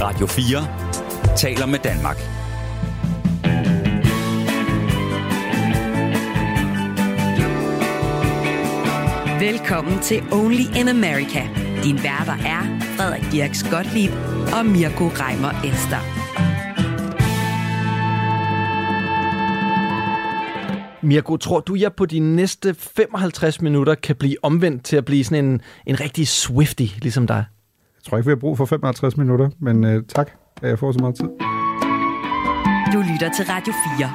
Radio 4 taler med Danmark. Velkommen til Only in America. Din værter er Frederik Dirks Gottlieb og Mirko Reimer Ester. Mirko, tror du, jeg på de næste 55 minutter kan blive omvendt til at blive sådan en rigtig Swiftie, ligesom dig? Jeg tror ikke, vi har brug for 55 minutter, men tak, at jeg får så meget tid. Du lytter til Radio 4.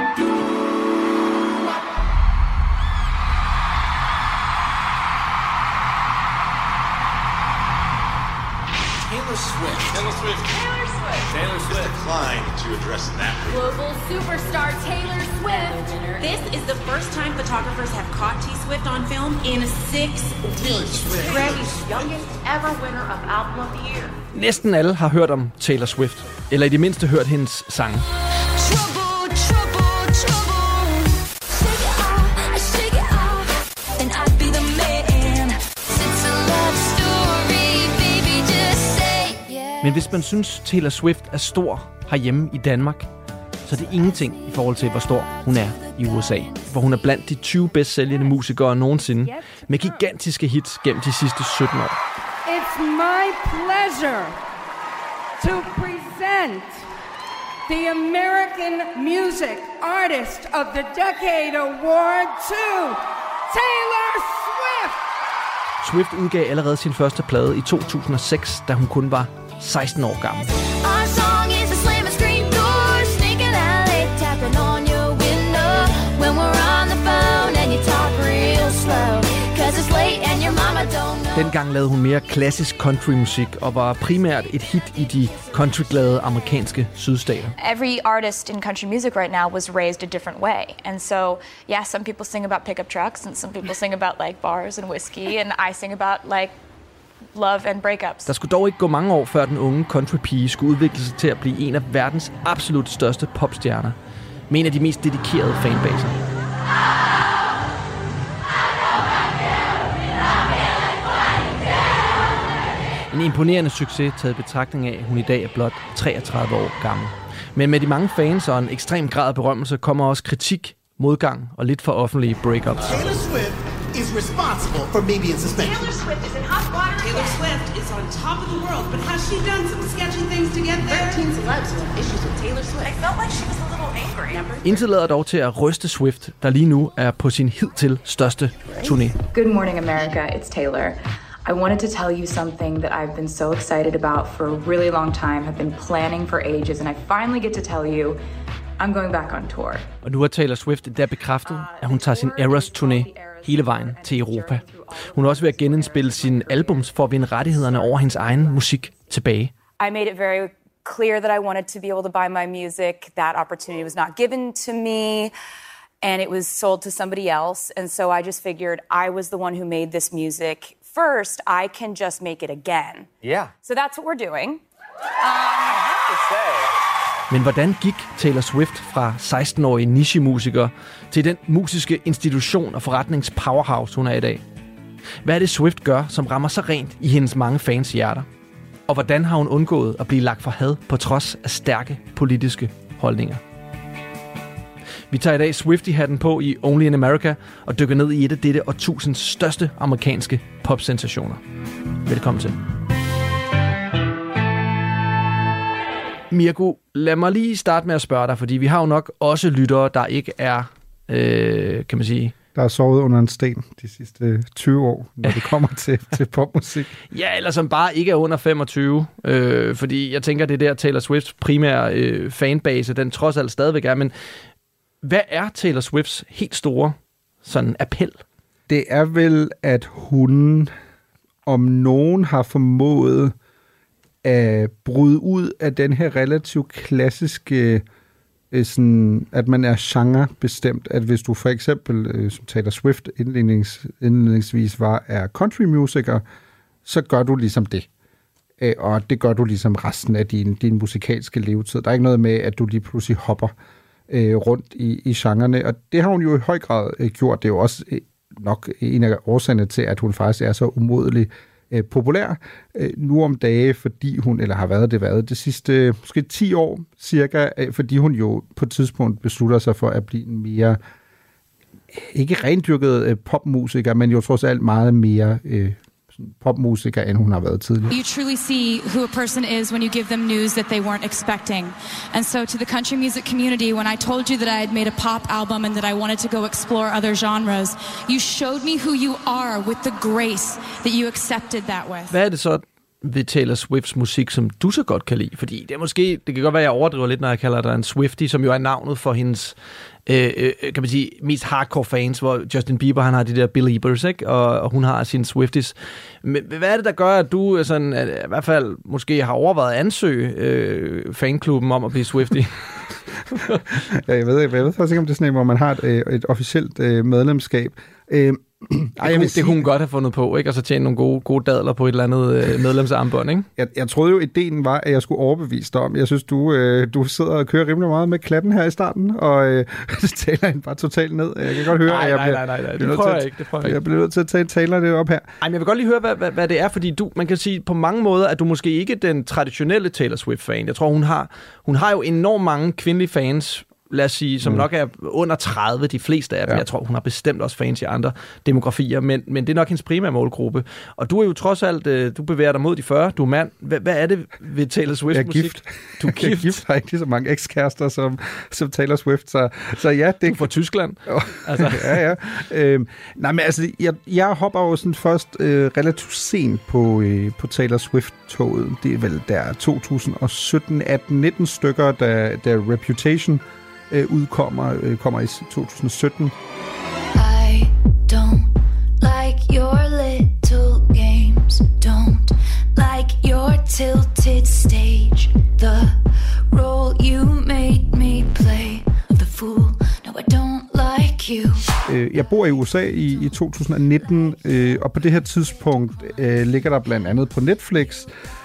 Taylor Swift declined to address that. Global superstar Taylor Swift. This is the first time photographers have caught T. Swift on film in 6 weeks. Grammy's youngest ever winner of Album of the Year. Næsten alle har hørt om Taylor Swift, eller i det mindste hørt hendes sange. Men hvis man synes, Taylor Swift er stor herhjemme i Danmark, så er det ingenting i forhold til, hvor stor hun er i USA. Hvor hun er blandt de 20 bedst sælgende musikere nogensinde, med gigantiske hits gennem de sidste 17 år. It's my pleasure to present the American Music Artist of the Decade Award to Taylor Swift! Swift udgav allerede sin første plade i 2006, da hun kun var 16 år gammel. Our song is a slam and scream door, sneaking alley, tapping on your window when we're on the phone and you talk real slow, 'cause it's late and your mama don't know. Dengang lavede hun mere klassisk countrymusik og var primært et hit i de countryglade amerikanske sydstater. Every artist in country music right now was raised a different way. And so, yeah, some people sing about pickup trucks and some people sing about like bars and whiskey, and I sing about like love and breakups. Der skulle dog ikke gå mange år, før den unge countrypige skulle udvikle sig til at blive en af verdens absolut største popstjerner, med en af de mest dedikerede fanbaser. En imponerende succes taget i betragtning af, at hun i dag er blot 33 år gammel. Men med de mange fans og en ekstrem grad af berømmelse kommer også kritik, modgang og lidt for offentlige breakups. Taylor Swift is responsible for me being suspended. Taylor Swift is in hot water. Taylor Swift is on top of the world, but has she done some sketchy things to get there? 13 celebs have issues with Taylor Swift. I felt like she was a little angry. Intet lader dog til at ryste Swift, der lige nu er på sin hidtil største turné. Good morning, America. It's Taylor. I wanted to tell you something that I've been so excited about for a really long time, have been planning for ages, and I finally get to tell you, I'm going back on tour. Og nu har Taylor Swift endda bekræftet, at hun tager sin Eras-turné hele vejen til Europa. Hun er også ved at genindspille sine albums for at vinde rettighederne over hendes egen musik tilbage. I made it very clear that I wanted to be able to buy my music. That opportunity was not given to me, and it was sold to somebody else. And so I just figured I was the one who made this music first. I can just make it again. Yeah. So that's what we're doing. I have to say. Men hvordan gik Taylor Swift fra 16-årig niche-musiker til den musiske institution og forretningspowerhouse, hun er i dag? Hvad er det, Swift gør, som rammer så rent i hendes mange fans hjerter? Og hvordan har hun undgået at blive lagt for had på trods af stærke politiske holdninger? Vi tager i dag Swiftie-hatten på i Only in America og dykker ned i et af dette årtusinds største amerikanske popsensationer. Velkommen til. Mirko, lad mig lige starte med at spørge dig, fordi vi har jo nok også lyttere, der ikke er, kan man sige... Der er sovet under en sten de sidste 20 år, når det kommer til popmusik. Ja, eller som bare ikke er under 25, fordi jeg tænker, det der Taylor Swifts primære fanbase, den trods alt stadigvæk er, men hvad er Taylor Swifts helt store sådan appel? Det er vel, at hun om nogen har formået at bryde ud af den her relativt klassiske, sådan, at man er genrebestemt. At hvis du for eksempel, som Taylor Swift indledningsvis er countrymusiker, så gør du ligesom det. Og det gør du ligesom resten af din musikalske levetid. Der er ikke noget med, at du lige pludselig hopper rundt i genrerne. Og det har hun jo i høj grad gjort. Det er jo også nok en af årsagerne til, at hun faktisk er så umodelig populær nu om dage, fordi hun, eller har været det sidste måske 10 år cirka, fordi hun jo på et tidspunkt beslutter sig for at blive en mere, ikke rendyrket popmusiker, men jo trods alt meget mere popmusiker, end hun har været tidligere. You truly see who a person is when you give them news that they weren't expecting. And so to the country music community, when I told you that I had made a pop album and that I wanted to go explore other genres, you showed me who you are with the grace that you accepted that with. Hvad er det så ved Taylor Swifts musik, som du så godt kan lide? Fordi det kan godt være, at jeg overdriver lidt, når jeg kalder dig en Swiftie, som jo er navnet for hendes kan man sige, mest hardcore fans, hvor Justin Bieber, han har de der Beliebers, ikke? Og hun har sine Swifties. Men hvad er det, der gør, at du sådan, at i hvert fald måske har overvejet at ansøge fanklubben om at blive Swiftie? Ja, jeg ved faktisk ikke, om det er sådan en, hvor man har et officielt medlemskab. Det kunne hun godt have fundet på, ikke? Og så tjene nogle gode dadler på et eller andet medlemsarmbånd, ikke? Jeg troede jo, ideen var, at jeg skulle overbevise dig om. Jeg synes, du sidder og kører rimelig meget med klatten her i starten, og taler hende bare totalt ned. Jeg kan godt høre, at nej, det prøver jeg ikke. Jeg bliver nødt til at tale det op her. Ej, men jeg vil godt lige høre, hvad det er, fordi man kan sige på mange måder, at du måske ikke er den traditionelle Taylor Swift-fan. Jeg tror, hun har jo enormt mange kvindelige fans, lad os sige, som nok er under 30, de fleste af dem. Ja. Jeg tror, hun har bestemt også fans i andre demografier, men det er nok hendes primære målgruppe. Og du er jo trods alt, du bevæger dig mod de 40, du er mand. Hvad er det ved Taylor Swift musik? Gift. Du er gift. Jeg er gift, har ikke lige så mange ekskærester som Taylor Swift, så ja. Det du er fra Tyskland. Altså. Ja. Nej, men altså, jeg hopper jo sådan først relativt sent på Taylor Swift-toget. Det er vel der 2017, 18, 19 stykker, da Reputation kommer i 2017. I don't like your little games, don't like your tilted stage, the role you made me play, the fool, no I don't like you. Jeg bor i USA i 2019, og på det her tidspunkt ligger der blandt andet på Netflix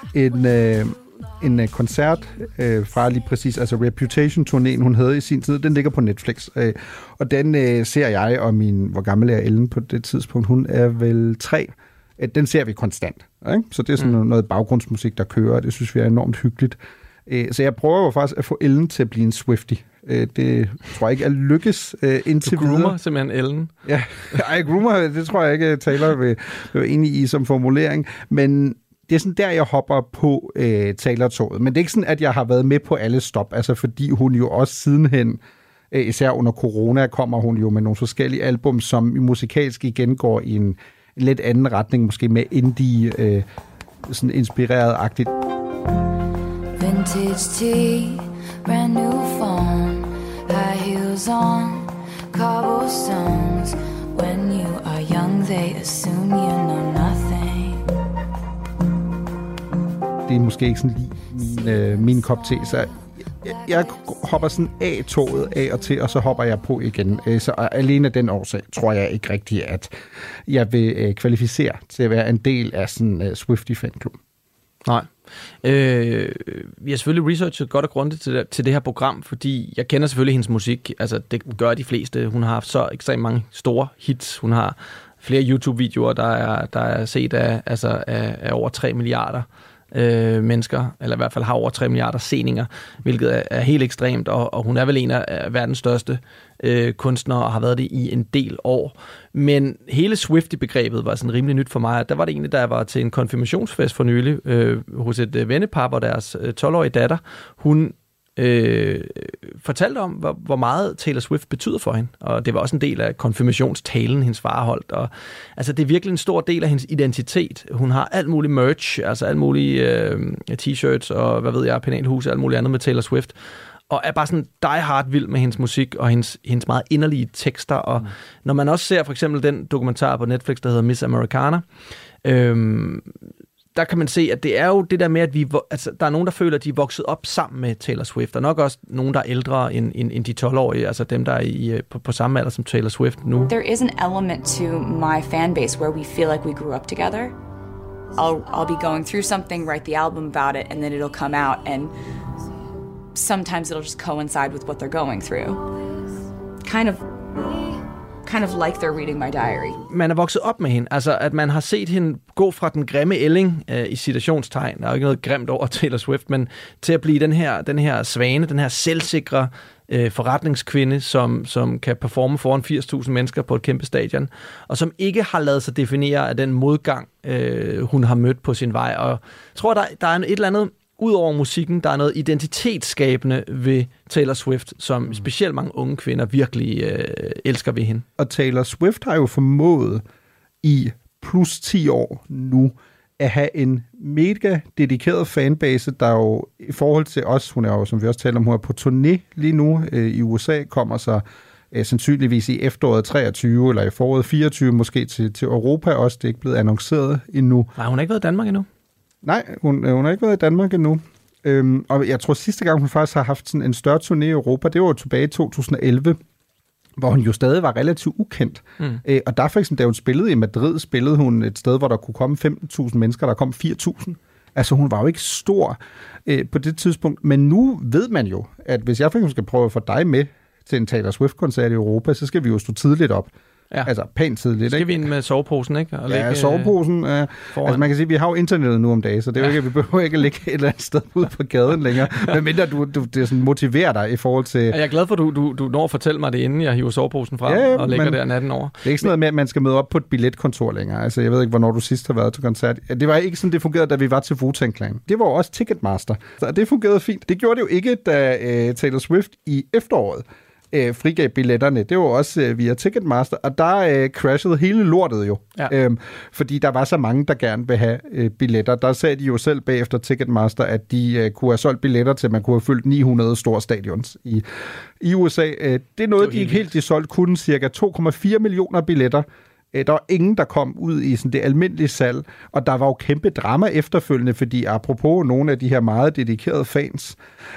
en koncert fra lige præcis, altså Reputation-turnéen, hun havde i sin tid, den ligger på Netflix. Og den ser jeg, og hvor gammel er Ellen på det tidspunkt? Hun er vel 3. Den ser vi konstant. Ikke? Så det er sådan noget baggrundsmusik, der kører, og det synes vi er enormt hyggeligt. Så jeg prøver jo faktisk at få Ellen til at blive en Swiftie. Det tror jeg ikke er lykkes indtil videre. Du groomer simpelthen Ellen? Ja, jeg groomer, det tror jeg ikke, Taylor vil være enig i som formulering, men det er sådan der, jeg hopper på Taylor-toget. Men det er ikke sådan, at jeg har været med på alle stop, altså fordi hun jo også sidenhen, især under corona, kommer hun jo med nogle forskellige album, som musikalsk igen går i en lidt anden retning, måske med indie, sådan inspireret-agtigt. Vintage tea, brand new phone, high heels on, cobblestones. When you are young, they assume you know nothing. Det er måske ikke sådan lige min kop te, så jeg hopper sådan af toget af og til, og så hopper jeg på igen. Så alene af den årsag tror jeg ikke rigtigt, at jeg vil kvalificere til at være en del af sådan en Swiftie-fanklub. Nej. Vi har selvfølgelig researchet godt og grundigt til det her program, fordi jeg kender selvfølgelig hendes musik. Altså, det gør de fleste. Hun har haft så ekstremt mange store hits. Hun har flere YouTube-videoer, der er set af over 3 milliarder mennesker, eller i hvert fald har over 3 milliarder seninger, hvilket er helt ekstremt, og hun er vel en af verdens største kunstnere, og har været det i en del år. Men hele Swiftie-begrebet var sådan rimelig nyt for mig. Der var det egentlig, da jeg var til en konfirmationsfest for nylig hos et vennepar, hvor deres 12-årige datter, hun fortalte om, hvor meget Taylor Swift betyder for hende. Og det var også en del af konfirmationstalen, hendes far holdt. Og, altså, det er virkelig en stor del af hendes identitet. Hun har alt muligt merch, altså alt mulige t-shirts og, hvad ved jeg, penalhus og alt muligt andet med Taylor Swift. Og er bare sådan die hard vild med hendes musik og hendes meget inderlige tekster. Og når man også ser for eksempel den dokumentar på Netflix, der hedder Miss Americana, der kan man se, at det er jo det der med, at der er nogen, der føler, at de er vokset op sammen med Taylor Swift, og nok også nogen, der er ældre end de 12-årige, altså dem, der er på samme alder som Taylor Swift nu. There is an element to my fan base where we feel like we grew up together. I'll be going through something, write the album about it, and then it'll come out, and sometimes it'll just coincide with what they're going through. kind of like they're reading my diary. Man er vokset op med hende. Altså, at man har set hende gå fra den grimme ælling, i citationstegn, der er jo ikke noget grimt over Taylor Swift, men til at blive den her svane, den her selvsikre forretningskvinde, som kan performe foran 80.000 mennesker på et kæmpe stadion, og som ikke har ladet sig definere af den modgang, hun har mødt på sin vej. Og jeg tror, der er et eller andet, ud over musikken, der er noget identitetsskabende ved Taylor Swift, som specielt mange unge kvinder virkelig elsker ved hende. Og Taylor Swift har jo formået i plus 10 år nu at have en mega dedikeret fanbase, der jo i forhold til os, hun er jo, som vi også taler om, hun er på turné lige nu i USA, kommer så sandsynligvis i efteråret 23 eller i foråret 24 måske til Europa også. Det er ikke blevet annonceret endnu. Nej, hun har ikke været i Danmark endnu. Nej, hun har ikke været i Danmark endnu. Og jeg tror sidste gang, hun faktisk har haft sådan en større turné i Europa, det var jo tilbage i 2011, hvor hun jo stadig var relativt ukendt. Og der for eksempel, da hun spillede i Madrid, spillede hun et sted, hvor der kunne komme 15.000 mennesker, der kom 4.000. Altså hun var jo ikke stor på det tidspunkt, men nu ved man jo, at hvis jeg for eksempel skal prøve at få dig med til en Taylor Swift-koncert i Europa, så skal vi jo stå tidligt op. Ja. Altså pænt tidligt. Skal vi ind med soveposen, ikke? Og ja, soveposen. Altså man kan sige, at vi har jo internettet nu om dagen, så det er jo ikke, vi behøver ikke at ligge et eller andet sted ude på gaden længere, medmindre det sådan motiverer dig i forhold til... Jeg er glad for, at du når at fortælle mig det, inden jeg hiver soveposen frem og lægger der natten over. Det er ikke sådan noget med, at man skal møde op på et billetkontor længere. Altså, jeg ved ikke, hvornår du sidst har været til koncert. Det var ikke sådan, det fungerede, da vi var til Wu-Tang Clan. Det var jo også Ticketmaster. Så det fungerede fint. Det gjorde det jo ikke, da Taylor Swift i efteråret frigav billetterne. Det var også via Ticketmaster, og der crashede hele lortet jo. Ja. Fordi der var så mange, der gerne vil have billetter. Der sagde de jo selv bagefter Ticketmaster, at de kunne have solgt billetter til, at man kunne have fyldt 900 store stadions i USA. Det er noget, de ikke helt de solgte, kun cirka 2,4 millioner billetter. Der var ingen, der kom ud i sådan det almindelige salg, og der var jo kæmpe drama efterfølgende, fordi apropos nogle af de her meget dedikerede fans,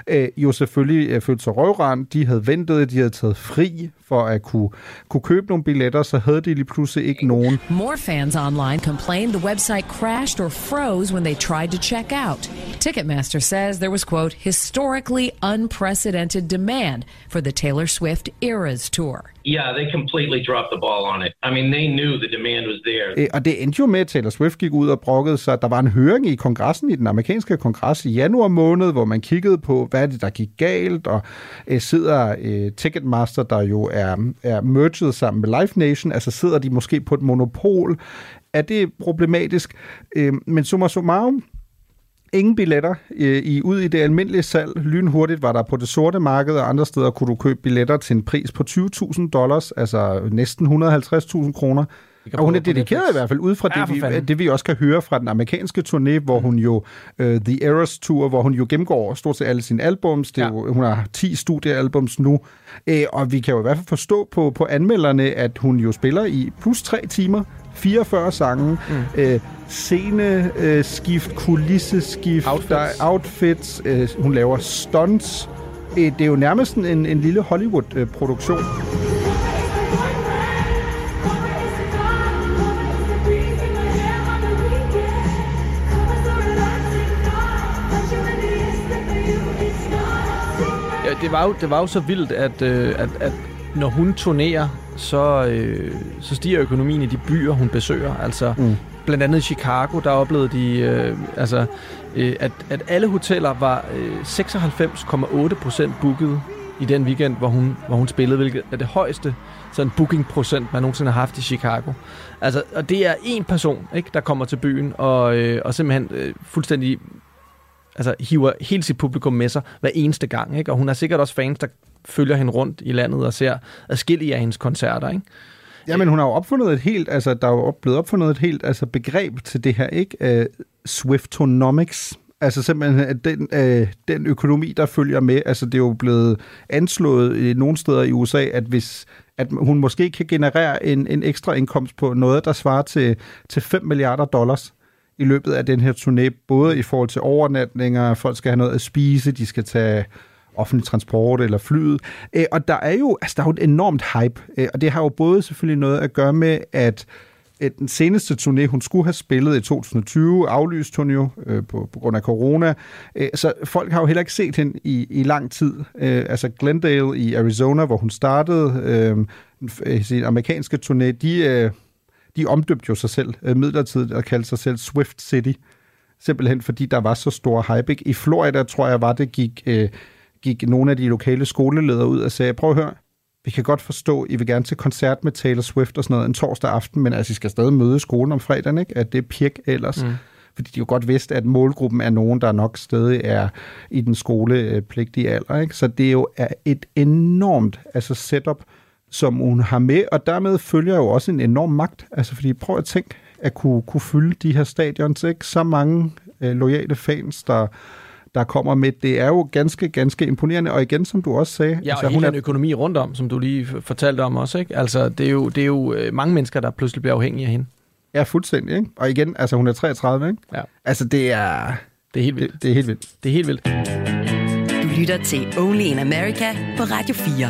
jo selvfølgelig følte sig røvrendt. De havde ventet, de havde taget fri for at kunne købe nogle billetter, så havde de lige pludselig ikke nogen. More fans online complained the website crashed or froze when they tried to check out. Ticketmaster says there was, quote, historically unprecedented demand for the Taylor Swift Eras Tour. Yeah, they completely dropped the ball on it. I mean, they knew the demand was there. Og det endte jo med, at Taylor Swift gik ud og brokkede sig. Der var en høring i kongressen, i den amerikanske kongres i januar måned, hvor man kiggede på, hvad det, der gik galt, og sidder Ticketmaster, der jo er merged sammen med Live Nation, altså sidder de måske på et monopol. Er det problematisk? Men summa summarum, ingen billetter ud i det almindelige salg. Lynhurtigt var der på det sorte marked, og andre steder kunne du købe billetter til en pris på $20,000, altså næsten 150.000 kroner. Og hun er dedikeret i hvert fald ud fra det vi også kan høre fra den amerikanske turné, hvor hun jo, The Eras Tour, hvor hun jo gennemgår stort set alle sine albums. Det er jo, hun har 10 studiealbums nu, og vi kan jo i hvert fald forstå på anmelderne, at hun jo spiller i plus 3 timer, 44 sange, sceneskift, kulisseskift, outfits, hun laver stunts. Det er jo nærmest en lille Hollywood-produktion. Det var jo så vildt, at når hun turnerer, så stiger økonomien i de byer, hun besøger. Altså, blandt andet i Chicago, der oplevede de, at alle hoteller var 96,8% booket i den weekend, hvor hun spillede, hvilket er det højeste sådan booking-procent, man nogensinde har haft i Chicago. Altså, og det er én person, ikke, der kommer til byen og simpelthen fuldstændig hiver hele sit publikum med sig hver eneste gang, ikke? Og hun har sikkert også fans, der følger hende rundt i landet og ser adskillige af hendes koncerter, ikke? Ja, men hun har jo opfundet der er jo blevet opfundet et helt begreb til det her, ikke? Swiftonomics. Altså simpelthen den økonomi, der følger med. Altså det er jo blevet anslået i nogle steder i USA, at hun måske kan generere en ekstra indkomst på noget, der svarer til $5 milliarder i løbet af den her turné, både i forhold til overnatninger, folk skal have noget at spise, de skal tage offentlig transport eller flyet. Og der er jo et enormt hype, og det har jo både selvfølgelig noget at gøre med, at den seneste turné, hun skulle have spillet i 2020, aflyst hun jo på grund af corona. Så folk har jo heller ikke set hende i lang tid. Altså Glendale i Arizona, hvor hun startede sin amerikanske turné, de omdøbte jo sig selv midlertidigt og kaldte sig selv Swift City. Simpelthen fordi der var så stor hype. I Florida, tror jeg, var det gik nogle af de lokale skoleledere ud og sagde, prøv at høre, vi kan godt forstå, I vil gerne til koncert med Taylor Swift og sådan noget en torsdag aften, men altså, I skal stadig møde skolen om fredagen, ikke? At det er pjek ellers. Fordi de jo godt vidste, at målgruppen er nogen, der nok stadig er i den skolepligtige alder, ikke? Så det er jo et enormt setup, som hun har med, og dermed følger jo også en enorm magt. Altså, fordi prøv at tænke, at kunne fylde de her stadions, ikke? Så mange loyale fans, der kommer med. Det er jo ganske, ganske imponerende, og igen, som du også sagde... Ja, og hele den økonomi rundt om, som du lige fortalte om også, ikke? Altså, det er jo mange mennesker, der pludselig bliver afhængige af hende. Ja, fuldstændig, ikke? Og igen, altså hun er 33, ikke? Ja. Altså, det er helt vildt. Det er helt vildt. Det er helt vildt. Du lytter til Only in America på Radio 4.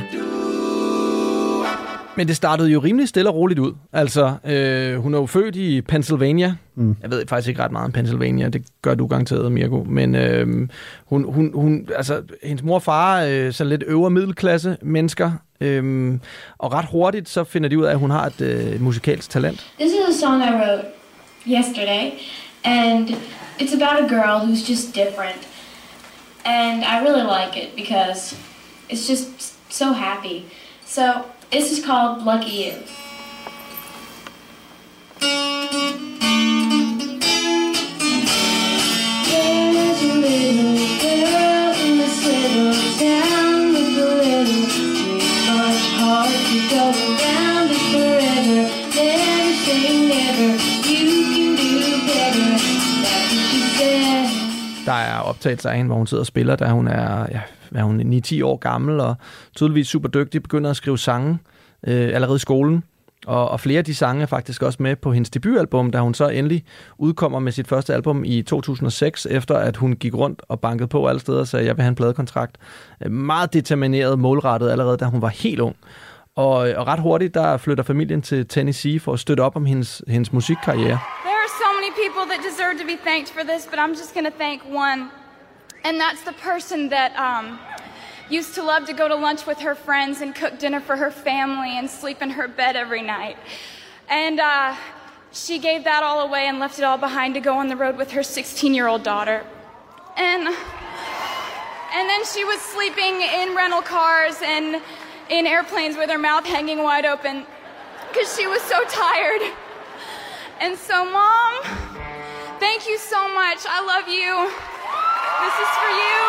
Men det startede jo rimelig stille og roligt ud. Altså, hun er jo født i Pennsylvania. Jeg ved faktisk ikke ret meget om Pennsylvania. Det gør du garanteret, Mirko. Men hun altså, hendes mor og far er sådan lidt øvre middelklasse mennesker. Og ret hurtigt så finder de ud af, at hun har et musikalsk talent. This is a song I wrote yesterday. And it's about a girl who's just different. And I really like it because it's just so happy. So... this is called Lucky You. There's a little girl in this little town with a little too much heart to go around it forever. Never say never, you can do better. That's what she said. Der er optagelser af hende, hvor hun sidder og spiller, da hun er... hun er 9-10 år gammel, og tydeligvis super dygtig, begynder at skrive sange allerede i skolen. Og flere af de sange er faktisk også med på hendes debutalbum, da hun så endelig udkommer med sit første album i 2006, efter at hun gik rundt og bankede på alle steder og sagde, at jeg vil have en pladekontrakt. Meget determineret, målrettet allerede, da hun var helt ung. Og ret hurtigt, der flytter familien til Tennessee for at støtte op om hendes musikkarriere. There are so many people that deserve to be thanked for this, but I'm just going to thank one. And that's the person that used to love to go to lunch with her friends and cook dinner for her family and sleep in her bed every night. And she gave that all away and left it all behind to go on the road with her 16-year-old daughter. And then she was sleeping in rental cars and in airplanes with her mouth hanging wide open because she was so tired. And so, Mom, thank you so much. I love you. This is for you.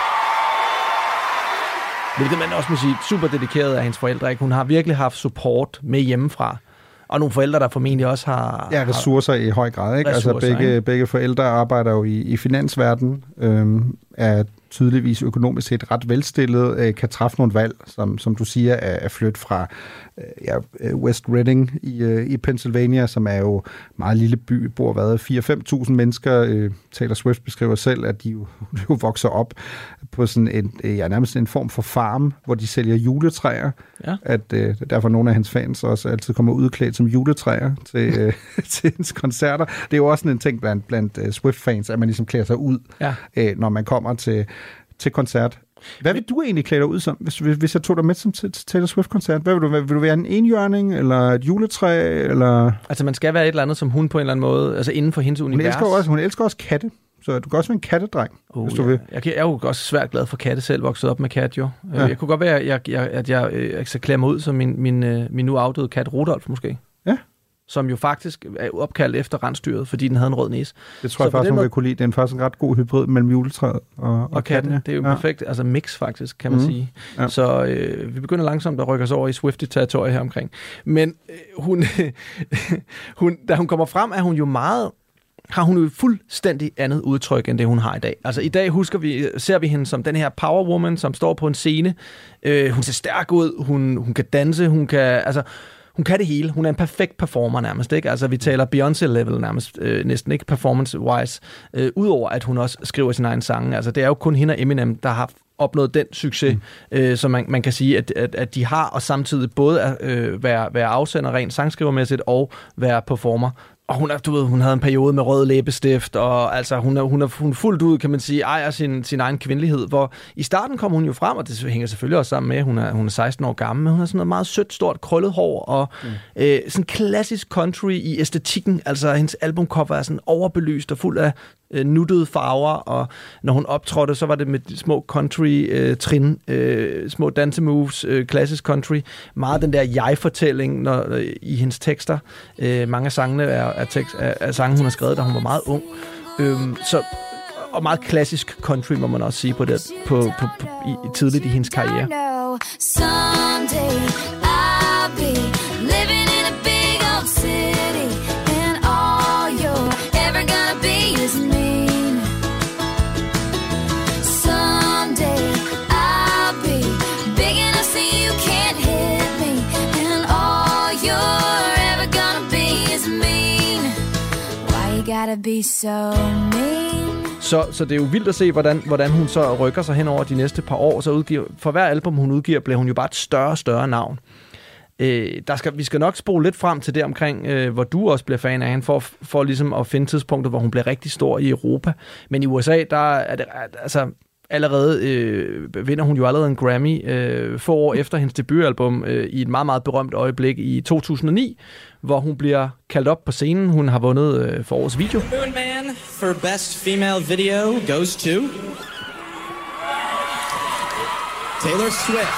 Hvilket man også må sige, super dedikeret af hendes forældre. Ikke? Hun har virkelig haft support med hjemmefra. Og nogle forældre, der formentlig også har... Ja, ressourcer i høj grad. Ikke? Altså begge forældre arbejder jo i finansverdenen, er tydeligvis økonomisk set ret velstillet, kan træffe nogle valg, som du siger, er flyttet fra West Reading i Pennsylvania, som er jo meget lille by, bor 4-5.000 mennesker. Taylor Swift beskriver selv, at de jo vokser op på sådan nærmest en form for farm, hvor de sælger juletræer. Ja. At derfor nogle af hans fans også altid kommer udklædt som juletræer til hendes koncerter. Det er jo også sådan en ting blandt Swift-fans, at man ligesom klæder sig ud, når man kommer til koncert. Hvad vil du egentlig klæde dig ud som, hvis jeg tog dig med til Taylor Swift-koncert? Hvad vil du være en enhjørning, eller et juletræ, eller... Altså, man skal være et eller andet som hun på en eller anden måde, altså inden for hendes univers. Hun elsker også katte, så du kan også være en kattedreng, hvis du vil. Jeg er jo også svært glad for katte selv, vokset op med kat, jo. Ja. Jeg kunne godt være, at jeg skal klæde mig ud som min nu afdøde kat, Rudolf, måske. Ja. Som jo faktisk er opkaldt efter rensdyret, fordi den havde en rød næse. Det tror jeg faktisk, hun vil kunne lide. Det er faktisk en ret god hybrid mellem juletræet og katten. Det er jo perfekt, altså mix faktisk, kan man sige. Ja. Så vi begynder langsomt at rykke os over i Swiftie-territoriet her omkring. Men da hun kommer frem, har hun jo et fuldstændig andet udtryk, end det hun har i dag. Altså i dag ser vi hende som den her power woman, som står på en scene. Hun ser stærk ud, hun kan danse, hun kan det hele. Hun er en perfekt performer nærmest, ikke? Altså, vi taler Beyoncé-level nærmest, næsten ikke performance-wise, udover at hun også skriver sin egen sange. Altså, det er jo kun hende og Eminem, der har opnået den succes, som man kan sige, at de har, og samtidig både at være afsender rent sangskrivermæssigt og være performer. Og hun havde en periode med rød læbestift, og altså hun er fuldt ud, kan man sige, ejer sin egen kvindelighed, hvor i starten kom hun jo frem, og det hænger selvfølgelig også sammen med, hun er 16 år gammel, men hun har sådan noget meget sødt, stort, krøllet hår, og sådan klassisk country i æstetikken, altså hendes albumcover er sådan overbelyst og fuld af nuttede farver, og når hun optrådte, så var det med små country-trin, små dansemoves, klassisk country, meget den der jeg-fortælling i hendes tekster. Mange af sangene er sange, hun har skrevet, da hun var meget ung. Og meget klassisk country, må man også sige, på tidligt i hendes karriere. Someday I'll be living in a big old city, and all you're ever gonna be is mean. Someday I'll be big enough so you can't hit me, and all you're ever gonna be is mean. Why you gotta be so mean? Så det er jo vildt at se, hvordan hun så rykker sig hen over de næste par år. Så for hver album, hun udgiver, bliver hun jo bare et større og større navn. Vi skal nok spole lidt frem til det omkring, hvor du også bliver fan af hende, for ligesom at finde tidspunktet, hvor hun bliver rigtig stor i Europa. Men i USA, der er det altså allerede vinder hun jo allerede en Grammy få år efter hendes debutalbum i et meget, meget berømt øjeblik i 2009, hvor hun bliver kaldt op på scenen. Hun har vundet for årets video. Moon Man for Best Female Video goes to Taylor Swift.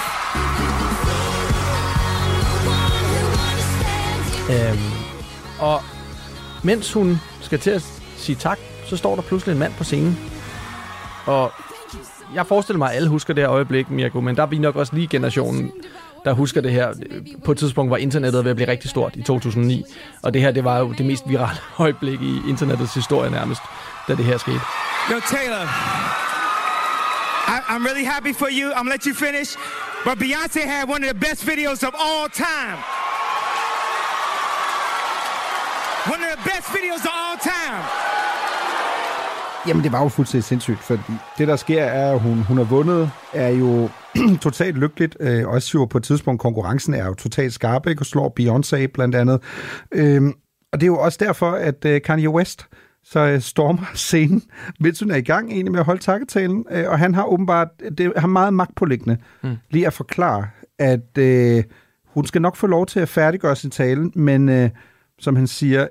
Og mens hun skal til at sige tak, så står der pludselig en mand på scenen. Og jeg forestiller mig, at alle husker det her øjeblik, Mirko, men der er vi nok også lige generationen, der husker det her. På et tidspunkt var internettet ved at blive rigtig stort i 2009, og det her, det var jo det mest virale øjeblik i internettets historie nærmest, da det her skete. Yo, Taylor, I'm really happy for you. I'm gonna let you finish, but Beyonce had one of the best videos of all time. One of the best videos of all time. Jamen, det var jo fuldstændig sindssygt, fordi det, der sker, er, at hun har vundet, er jo totalt lykkeligt. Også jo på et tidspunkt, konkurrencen er jo totalt skarp, ikke? Og slår Beyoncé blandt andet. Og det er jo også derfor, at Kanye West så stormer scenen, mens hun er i gang egentlig med at holde takketalen. Og han har åbenbart, det har meget magtpåliggende lige at forklare, at hun skal nok få lov til at færdiggøre sin tale, men som han siger,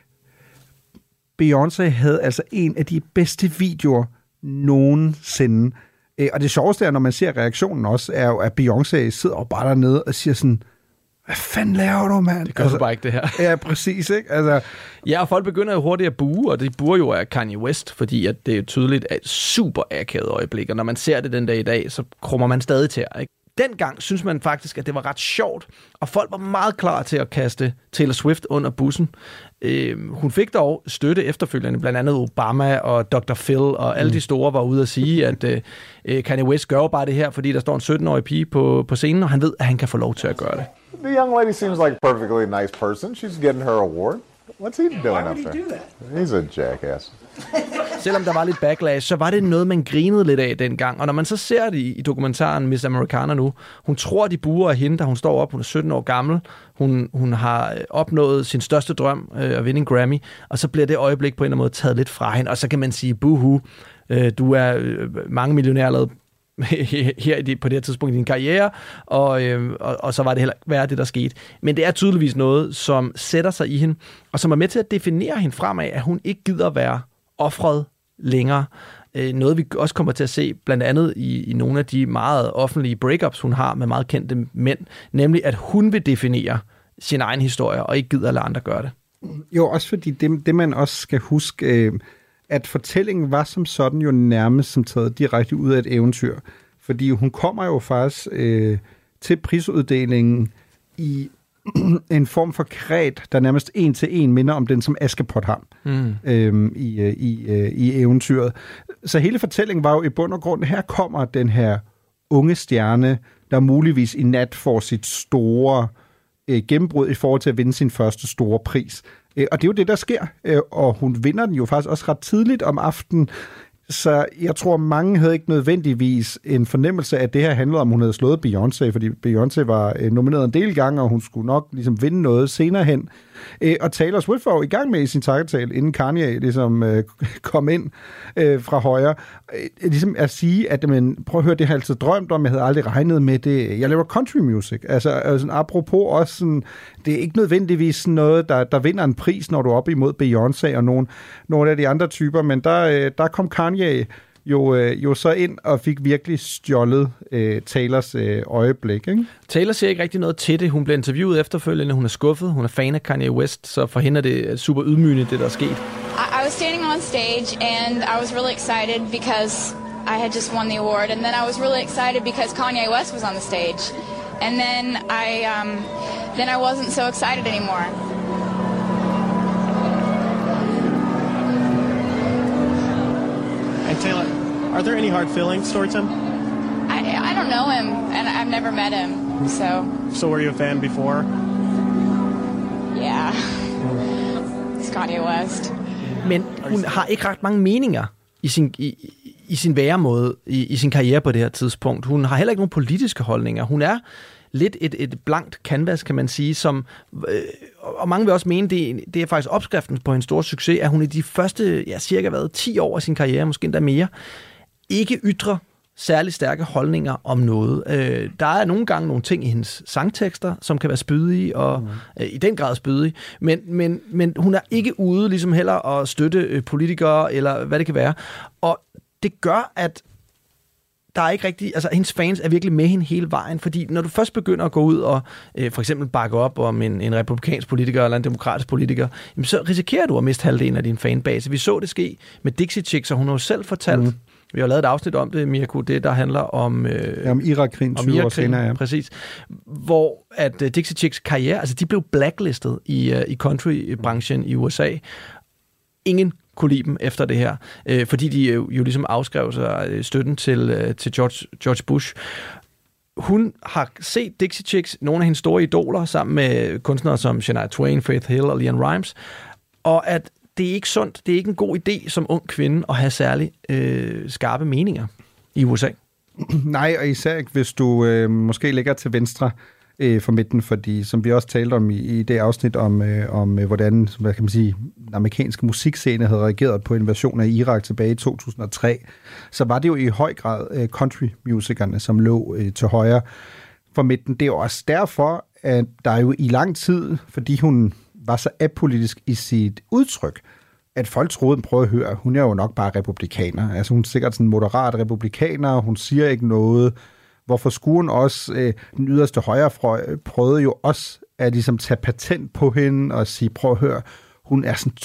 Beyoncé havde altså en af de bedste videoer nogensinde. Og det sjoveste er, når man ser reaktionen også, er jo, at Beyoncé sidder og bare dernede og siger sådan, hvad fanden laver du, mand? Det gør du bare ikke, det her. Ja, præcis, ikke? Altså, ja, og folk begynder jo hurtigt at buge, og det buer jo af Kanye West, fordi at det er tydeligt et super akavet øjeblik, og når man ser det den dag i dag, så krummer man stadig til, ikke? Dengang synes man faktisk, at det var ret sjovt, og folk var meget klar til at kaste Taylor Swift under bussen. Hun fik dog støtte efterfølgende, blandt andet Obama og Dr. Phil, og alle de store var ude at sige, at Kanye West gør bare det her, fordi der står en 17-årig pige på scenen, og han ved, at han kan få lov til at gøre det. The young lady seems like a perfectly nice person. She's getting her award. What's he doing up there? He's a jackass. Selvom der var lidt backlash, så var det noget, man grinede lidt af dengang. Og når man så ser det i dokumentaren Miss Americana nu, hun tror, de buer af hende, da hun står op. Hun er 17 år gammel. Hun har opnået sin største drøm at vinde en Grammy. Og så bliver det øjeblik på en eller anden måde taget lidt fra hende. Og så kan man sige, buhu, du er mange millionærer lavet her på det her tidspunkt i din karriere, og så var det heller værd det, der skete. Men det er tydeligvis noget, som sætter sig i hende, og som er med til at definere hende fremad, at hun ikke gider at være offret længere. Noget, vi også kommer til at se, blandt andet i nogle af de meget offentlige breakups, hun har med meget kendte mænd, nemlig at hun vil definere sin egen historie, og ikke gider at lade andre gøre det. Jo, også fordi det man også skal huske, at fortællingen var som sådan jo nærmest som taget direkte ud af et eventyr. Fordi hun kommer jo faktisk til prisuddelingen i en form for kret, der nærmest en til en minder om den, som Askepot har i eventyret. Så hele fortællingen var jo i bund og grund, her kommer den her unge stjerne, der muligvis i nat får sit store gennembrud i forhold til at vinde sin første store pris. Og det er jo det, der sker. Og hun vinder den jo faktisk også ret tidligt om aftenen. Så jeg tror, mange havde ikke nødvendigvis en fornemmelse af, at det her handlede om, hun havde slået Beyoncé, fordi Beyoncé var nomineret en del gange, og hun skulle nok ligesom vinde noget senere hen. Og Taylor Swift var jo i gang med i sin takketale, inden Kanye ligesom kom ind fra højre, ligesom at sige, at prøv at høre, det har jeg altid drømt om, jeg havde aldrig regnet med det. Jeg laver country music. Altså apropos også sådan, det er ikke nødvendigvis sådan noget, der vinder en pris, når du er oppe imod Beyoncé og nogle af de andre typer, men der kom Kanye jo så ind og fik virkelig stjålet Taylors øjeblik. Ikke? Taylor siger ikke rigtig noget til det. Hun blev interviewet efterfølgende. Hun er skuffet. Hun er fan af Kanye West, så for hende er det super ydmygende, det der er sket. I was standing on stage and I was really excited because I had just won the award, and then I was really excited because Kanye West was on the stage, and then I wasn't so excited anymore. And Taylor, are there any hard feelings towards him? I don't know him, and I've never met him, so... So were you a fan before? Yeah. It's Kanye West. Men hun har ikke ret mange meninger i sin væremåde, i sin karriere på det her tidspunkt. Hun har heller ikke nogen politiske holdninger. Hun er lidt et blankt canvas, kan man sige, som, og mange vil også mene, det er faktisk opskriften på en stor succes, at hun i de første, cirka 10 år af sin karriere, måske endda mere, ikke ytrer særlig stærke holdninger om noget. Der er nogle gange nogle ting i hendes sangtekster, som kan være spydige, og i den grad spydige, men hun er ikke ude ligesom heller at støtte politikere, eller hvad det kan være. Og det gør, at der er ikke rigtig, altså hendes fans er virkelig med hende hele vejen, fordi når du først begynder at gå ud og for eksempel bakke op om en republikansk politiker eller en demokratisk politiker, jamen, så risikerer du at miste halvdelen af din fanbase. Vi så det ske med Dixie Chicks, og hun har jo selv fortalt, vi har lavet et afsnit om det, Mirko, det der handler om Irak-krigen 20 år senere, ja. Præcis. Hvor at Dixie Chicks karriere, altså de blev blacklistet i country-branchen i USA. Ingen kunne lide dem efter det her, fordi de jo ligesom afskrev sig støtten til George Bush. Hun har set Dixie Chicks, nogle af hendes store idoler, sammen med kunstnere som Shania Twain, Faith Hill og LeAnn Rimes, og at det er ikke sundt, det er ikke en god idé som ung kvinde at have særlig skarpe meninger i USA. Nej, og især ikke, hvis du måske ligger til venstre for midten, fordi som vi også talte om i det afsnit om hvordan, hvad kan man sige, den amerikanske musikscene havde reageret på invasionen af Irak tilbage i 2003, så var det jo i høj grad country-musikerne, som lå til højre for midten. Det er jo også derfor, at der jo i lang tid, fordi hun var så apolitisk i sit udtryk, at folk troede, prøv at høre, hun er jo nok bare republikaner. Altså hun er sikkert sådan en moderat republikaner, hun siger ikke noget. Hvorfor skulle hun også, den yderste højrefløj, prøvede jo også at ligesom tage patent på hende og sige, prøv at høre, hun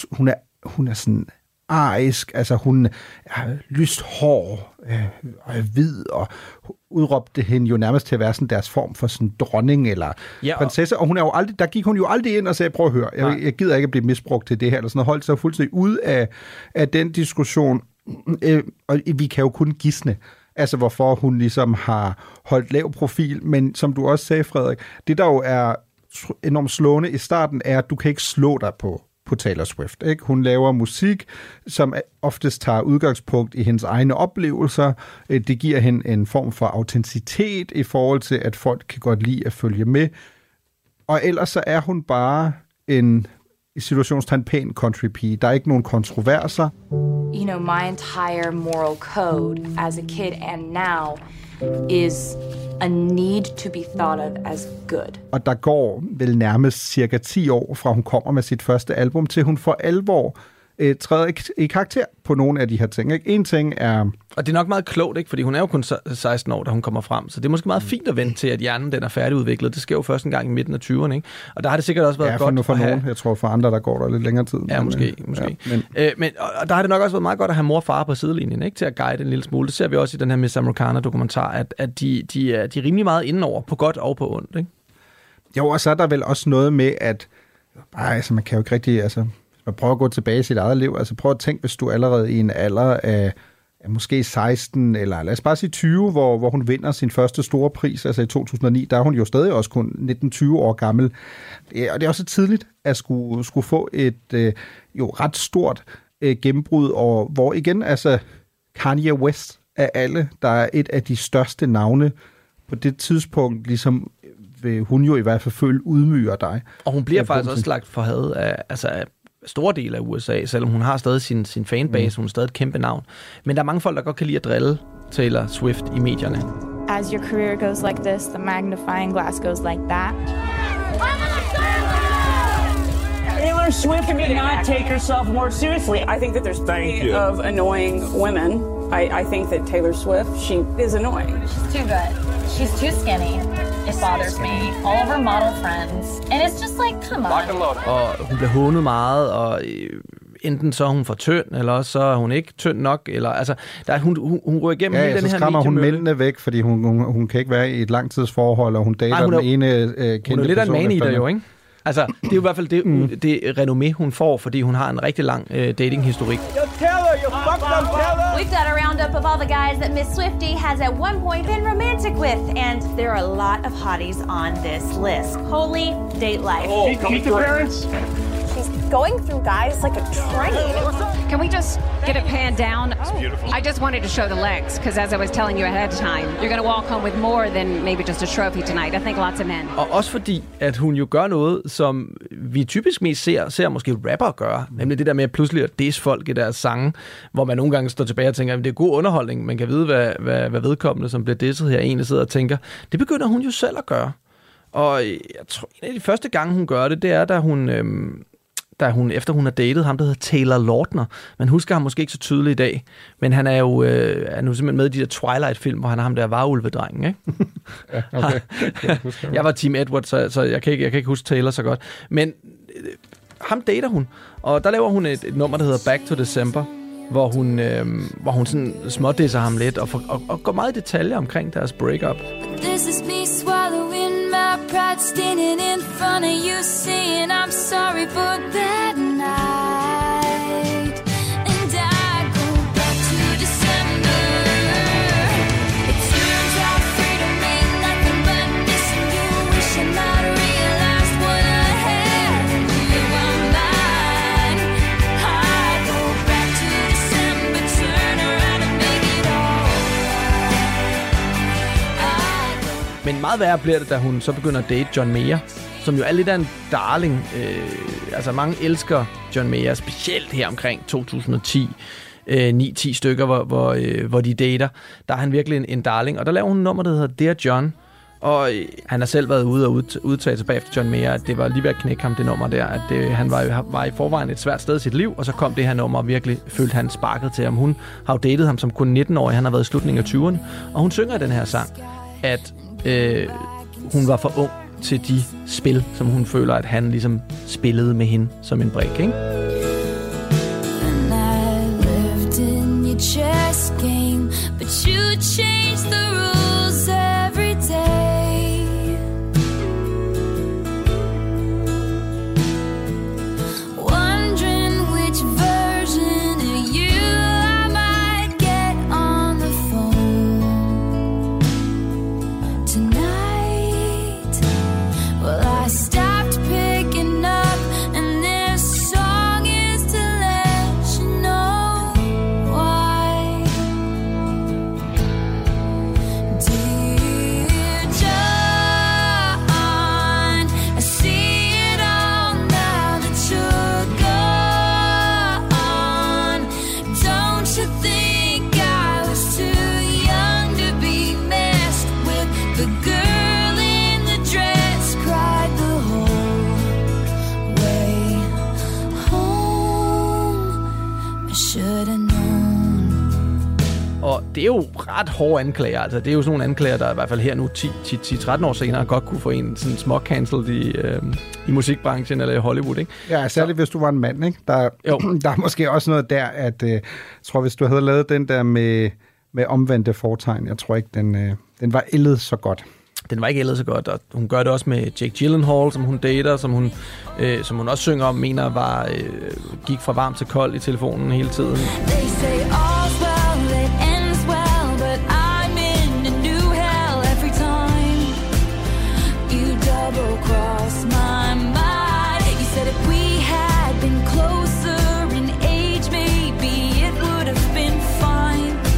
er sådan arisk, altså hun er lyst hår og er hvid, og udråbte hende jo nærmest til at være sådan deres form for sådan dronning eller prinsesse, og hun er jo aldrig, der gik hun jo aldrig ind og sagde, prøv at høre, jeg gider ikke at blive misbrugt til det her, eller sådan noget, holdt sig fuldstændig ud af den diskussion, og vi kan jo kun gisne, altså hvorfor hun ligesom har holdt lav profil, men som du også sagde, Frederik, det der jo er enormt slående i starten, er, at du kan ikke slå dig på Taylor Swift. Ikke? Hun laver musik, som oftest tager udgangspunkt i hendes egne oplevelser. Det giver hende en form for autenticitet i forhold til, at folk kan godt lide at følge med. Og ellers så er hun bare en i situationstegn pæn country pige. Der er ikke nogen kontroverser. You know, my entire moral code as a kid and now is a need to be thought of as good. Og der går vel nærmest cirka 10 år, fra hun kommer med sit første album, til hun for alvor træder i karakter på nogle af de her ting. Ikke? En ting er... Og det er nok meget klogt, ikke? Fordi hun er jo kun 16 år, da hun kommer frem. Så det er måske meget fint at vente til, at hjernen den er færdigudviklet. Det sker jo først en gang i midten af 20'erne. Ikke? Og der har det sikkert også været godt for nogen. Jeg tror for andre, der går der lidt længere tid. Ja, måske. Ja, men og der har det nok også været meget godt at have mor og far på sidelinjen, ikke? Til at guide en lille smule. Det ser vi også i den her Miss Americana-dokumentar, at de er rimelig meget indenover, på godt og på ondt. Ikke? Jo, og så er der vel også noget med, at altså, man kan jo ikke rigtig... Altså, man prøver at gå tilbage i sit eget liv. Altså prøv at tænke, hvis du allerede i en alder af måske 16, eller lad os bare sige 20, hvor hun vinder sin første store pris, altså i 2009, der er hun jo stadig også kun 19-20 år gammel. Og det er også tidligt at skulle få et jo ret stort gennembrud, og hvor igen, altså Kanye West af alle, der er et af de største navne på det tidspunkt, ligesom vil hun jo i hvert fald føle ydmyger dig. Og hun bliver faktisk også lagt for had af store dele af USA, selvom hun har stadig sin fanbase, hun er stadig et kæmpe navn. Men der er mange folk, der godt kan lide at drille Taylor Swift i medierne. As your career goes like this, the magnifying glass goes like that. Taylor Swift may not take herself more seriously. I think that there's plenty of annoying women. I think that Taylor Swift, she is annoying. She's too good. She's too skinny. It bothers me. All of her model friends. And it's just like, come on. Og hun bliver hånet meget, og enten så er hun for tynd, eller også så er hun ikke tynd nok, eller altså, hun ryger igennem hele den her så skræmmer hun mændene væk, fordi hun kan ikke være i et langtidsforhold, og hun dater den ene kendte person. Hun er lidt af en man-eater jo, ikke? Altså, det er jo i hvert fald det renommé, hun får, fordi hun har en rigtig lang datinghistorik. We've got a roundup of all the guys that Miss Swiftie has at one point been romantic with, and there are a lot of hotties on this list. Holy date life. Meet the parents. She's going through guys like a train. Can we just get it panned down? It's beautiful. I just wanted to show the legs, because as I was telling you ahead of time, you're going to walk home with more than maybe just a trophy tonight. I think lots of men. Og også fordi, at hun jo gør noget, som vi typisk mest ser måske rapper gøre, nemlig det der med at pludselig at disse folk i deres sange, hvor man nogle gange står tilbage og tænker, at det er god underholdning, man kan vide, hvad vedkommende, som bliver disset her, egentlig sidder og tænker. Det begynder hun jo selv at gøre. Og jeg tror, en af de første gange, hun gør det, det er, da hun efter hun har datet ham, der hedder Taylor Lautner. Man husker ham måske ikke så tydeligt i dag, men han er jo simpelthen med i de der Twilight-film, hvor han er ham der varulvedrengen, ikke? Ja, okay. Jeg var Team Edward, så jeg kan ikke huske Taylor så godt. Men ham dater hun, og der laver hun et nummer, der hedder Back to December, hvor hun sådan smådisser ham lidt, og går meget i detaljer omkring deres breakup. This is me swallowing my pride, standing in front of you, saying I'm sorry for that night. And I go back to December. It turns out freedom ain't nothing but missing you, wishing I'd realized what I had. You were mine. I go back to December, turn around and make it all right. Men meget værre bliver det, da hun så begynder at date John Mayer, som jo er lidt af en darling. Altså mange elsker John Mayer, specielt her omkring 2010, 9-10 stykker, hvor de dater. Der er han virkelig en darling. Og der laver hun et nummer, der hedder Dear John. Og han har selv været ude og udtage tilbage efter John Mayer, at det var lige ved at knække ham, det nummer der. At han var i forvejen et svært sted i sit liv, og så kom det her nummer, og virkelig følte han sparket til ham. Hun har jo datet ham som kun 19-årig, han har været i slutningen af 20'erne. Og hun synger i den her sang, at hun var for ung til de spil, som hun føler, at han ligesom spillede med hende som en brik, ikke? And I lived in your chess game, but you changed the rules every day. Wondering which version of you I might get on the phone tonight. Well, I stopped picking up, and this song is to let you know why. Dear John, I see it all now that you're gone. Don't you think I was too young to be messed with? The girl in the dress cried the whole way home. I should have known. Og det er jo ret hårde anklager. Altså, det er jo sådan nogle anklager, der i hvert fald her nu 10-13 år senere godt kunne få en sådan små-cancelled i musikbranchen eller i Hollywood, ikke? Ja, særligt hvis du var en mand, ikke? Der er måske også noget der, at jeg tror, hvis du havde lavet den der med omvendte fortegn, jeg tror ikke, den var ældet så godt. Den var ikke ældet så godt, og hun gør det også med Jake Gyllenhaal, som hun dater, som hun også synger om, mener gik fra varm til kold i telefonen hele tiden. They say all's well that ends well, but I'm in a new hell every time you double cross my mind. You said if we had been closer in age, maybe it would have been fine.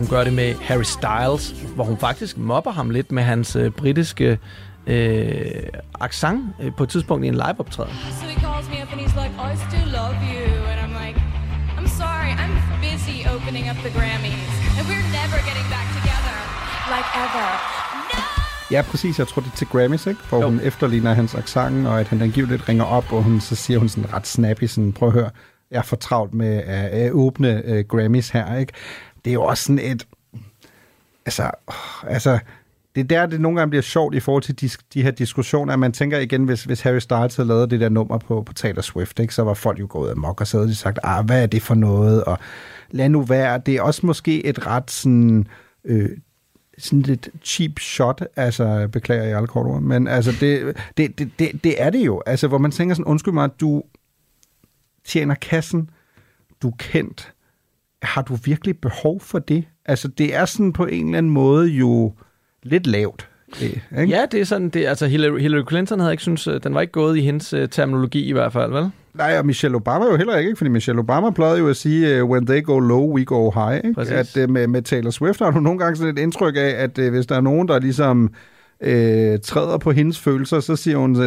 gør det med Harry Styles, hvor hun faktisk mobber ham lidt med hans britiske accent på et tidspunkt i en liveoptræden. So he calls me up and he's like, I still love you. And I'm like, I'm sorry, I'm busy opening up the Grammys. And we're never getting back together. Like ever. Ja, præcis. Jeg tror, det er til Grammys, ikke? Hvor hun efterligner hans accent, og at han angiveligt ringer op, og så siger hun sådan ret snappy, sådan, prøv at høre, jeg er for travlt med at åbne Grammys her, ikke? Det er jo også sådan et... Altså det er der, det nogle gange bliver sjovt i forhold til de her diskussioner, at man tænker igen, hvis Harry Styles havde lavet det der nummer på Taylor Swift, ikke, så var folk jo gået amok, og så havde de sagt, hvad er det for noget, og lad nu være. Det er også måske et ret sådan lidt cheap shot, altså beklager jeg alle kortord, men altså det er det jo, altså hvor man tænker sådan, undskyld mig, du tjener kassen, du er kendt, har du virkelig behov for det? Altså det er sådan på en eller anden måde jo lidt lavt. Ikke? Ja, det er sådan, altså Hillary Clinton havde ikke synes, den var ikke gået i hendes terminologi i hvert fald, vel? Nej, og Michelle Obama jo heller ikke, fordi Michelle Obama plejede jo at sige, when they go low, we go high. Ikke? At med Taylor Swift har du nogle gange sådan et indtryk af, at hvis der er nogen, der ligesom træder på hendes følelser, så siger hun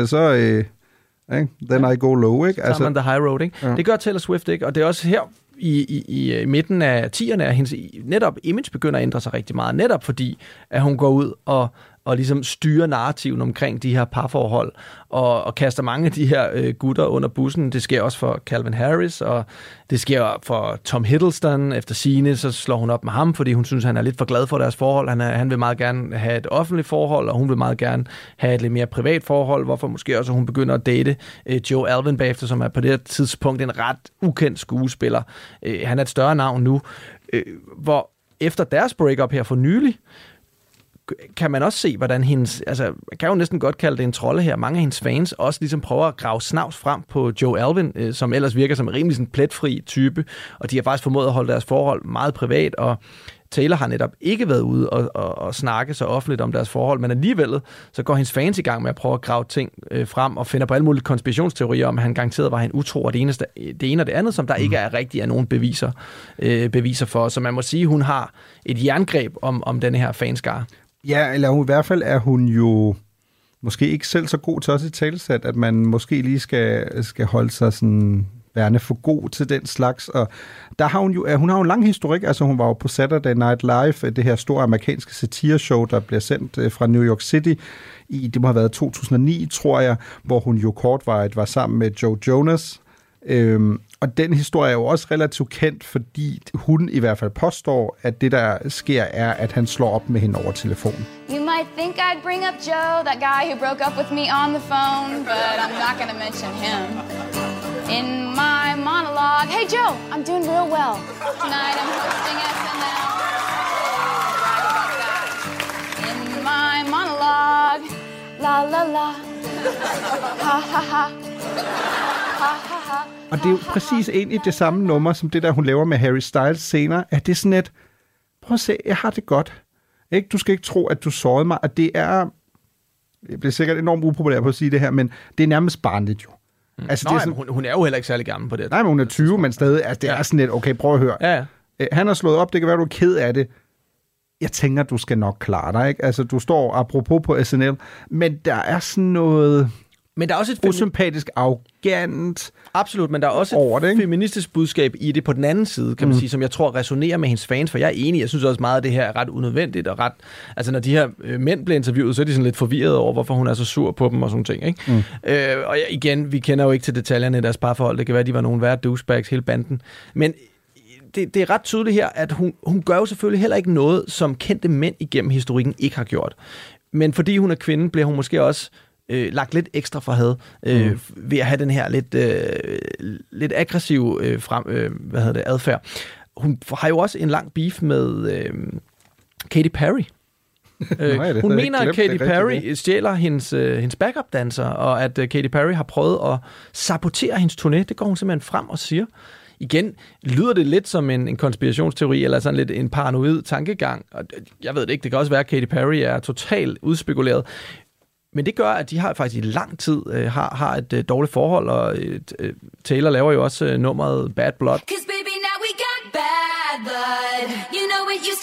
then I go low. Ikke? Altså, on the high road, ikke? Ja. Det gør Taylor Swift ikke, og det er også her i midten af 10'erne, at hendes netop image begynder at ændre sig rigtig meget, netop fordi, at hun går ud og ligesom styrer narrativen omkring de her parforhold, og kaster mange af de her gutter under bussen. Det sker også for Calvin Harris, og det sker for Tom Hiddleston. Efter sigende, så slår hun op med ham, fordi hun synes, han er lidt for glad for deres forhold. Han vil meget gerne have et offentligt forhold, og hun vil meget gerne have et lidt mere privat forhold, hvorfor måske også hun begynder at date Joe Alwyn bagefter, som er på det her tidspunkt en ret ukendt skuespiller. Han er et større navn nu, hvor efter deres breakup her for nylig, kan man også se, hvordan hendes, altså man kan jo næsten godt kalde det en trolde her, mange af hendes fans også ligesom prøver at grave snavs frem på Joe Alwyn, som ellers virker som en rimelig sådan pletfri type, og de har faktisk formået at holde deres forhold meget privat, og Taylor har netop ikke været ude og snakke så offentligt om deres forhold, men alligevel så går hendes fans i gang med at prøve at grave ting frem og finder på alle mulige konspirationsteorier om, at han garanteret var han utro, og det ene og det andet, som der ikke er rigtig nogen beviser for. Så man må sige, at hun har et jerngreb om den her fanskare. Ja, eller i hvert fald er hun jo måske ikke selv så god til også et talesæt, at man måske lige skal holde sig sådan værende for god til den slags. Og der har hun har jo en lang historik. Altså hun var jo på Saturday Night Live, det her store amerikanske satireshow, der bliver sendt fra New York City det må have været 2009, tror jeg, hvor hun jo kortvarigt var sammen med Joe Jonas. Og den historie er jo også relativt kendt, fordi hun i hvert fald påstår, at det der sker er, at han slår op med hende over telefonen. You might think I'd bring up Joe, that guy who broke up with me on the phone, but I'm not going to mention him. In my monologue, hey Joe, I'm doing real well. Tonight I'm hosting SNL. In my monologue, la la la, ha ha ha, ha ha ha. Og det er jo præcis egentlig det samme nummer, som det der, hun laver med Harry Styles senere, at det er sådan et, prøv at se, jeg har det godt. Ikke? Du skal ikke tro, at du sårede mig, og det bliver sikkert enormt upopulært på at sige det her, men det er nærmest barnligt jo. Altså, det er sådan, hun er jo heller ikke særlig gammel på det. Nej, men hun er 20, men stadig, altså, det er sådan et, okay, prøv at høre. Ja. Han har slået op, det kan være, du er ked af det. Jeg tænker, du skal nok klare dig, ikke? Altså, du står apropos på SNL, men der er sådan noget... Men der er også et usympatisk, arrogant. Absolut, men der er også et feministisk budskab i det på den anden side, kan man sige, som jeg tror resonerer med hendes fans, for jeg er enig, jeg synes også meget, at det her er ret unødvendigt, og ret, altså når de her mænd bliver interviewet, så er de sådan lidt forvirret over, hvorfor hun er så sur på dem og sådan ting, ikke? Og igen, vi kender jo ikke til detaljerne i deres parforhold, det kan være, at de var nogle værre douchebags, hele banden, men det er ret tydeligt her, at hun gør jo selvfølgelig heller ikke noget, som kendte mænd igennem historikken ikke har gjort. Men fordi hun er kvinde, bliver hun måske også lagt lidt ekstra for had ved at have den her lidt aggressiv adfærd. Hun har jo også en lang beef med Katy Perry. Hun mener, at Katy Perry stjæler hendes backup-danser, og at Katy Perry har prøvet at sabotere hendes turné. Det går hun simpelthen frem og siger. Igen lyder det lidt som en konspirationsteori, eller sådan lidt en paranoid tankegang. Og jeg ved det ikke, det kan også være, at Katy Perry er totalt udspekuleret. Men det gør, at de har faktisk i lang tid har et dårligt forhold, og Taylor laver jo også nummeret Bad Blood. 'Cause baby, now we got bad blood. You know it used to be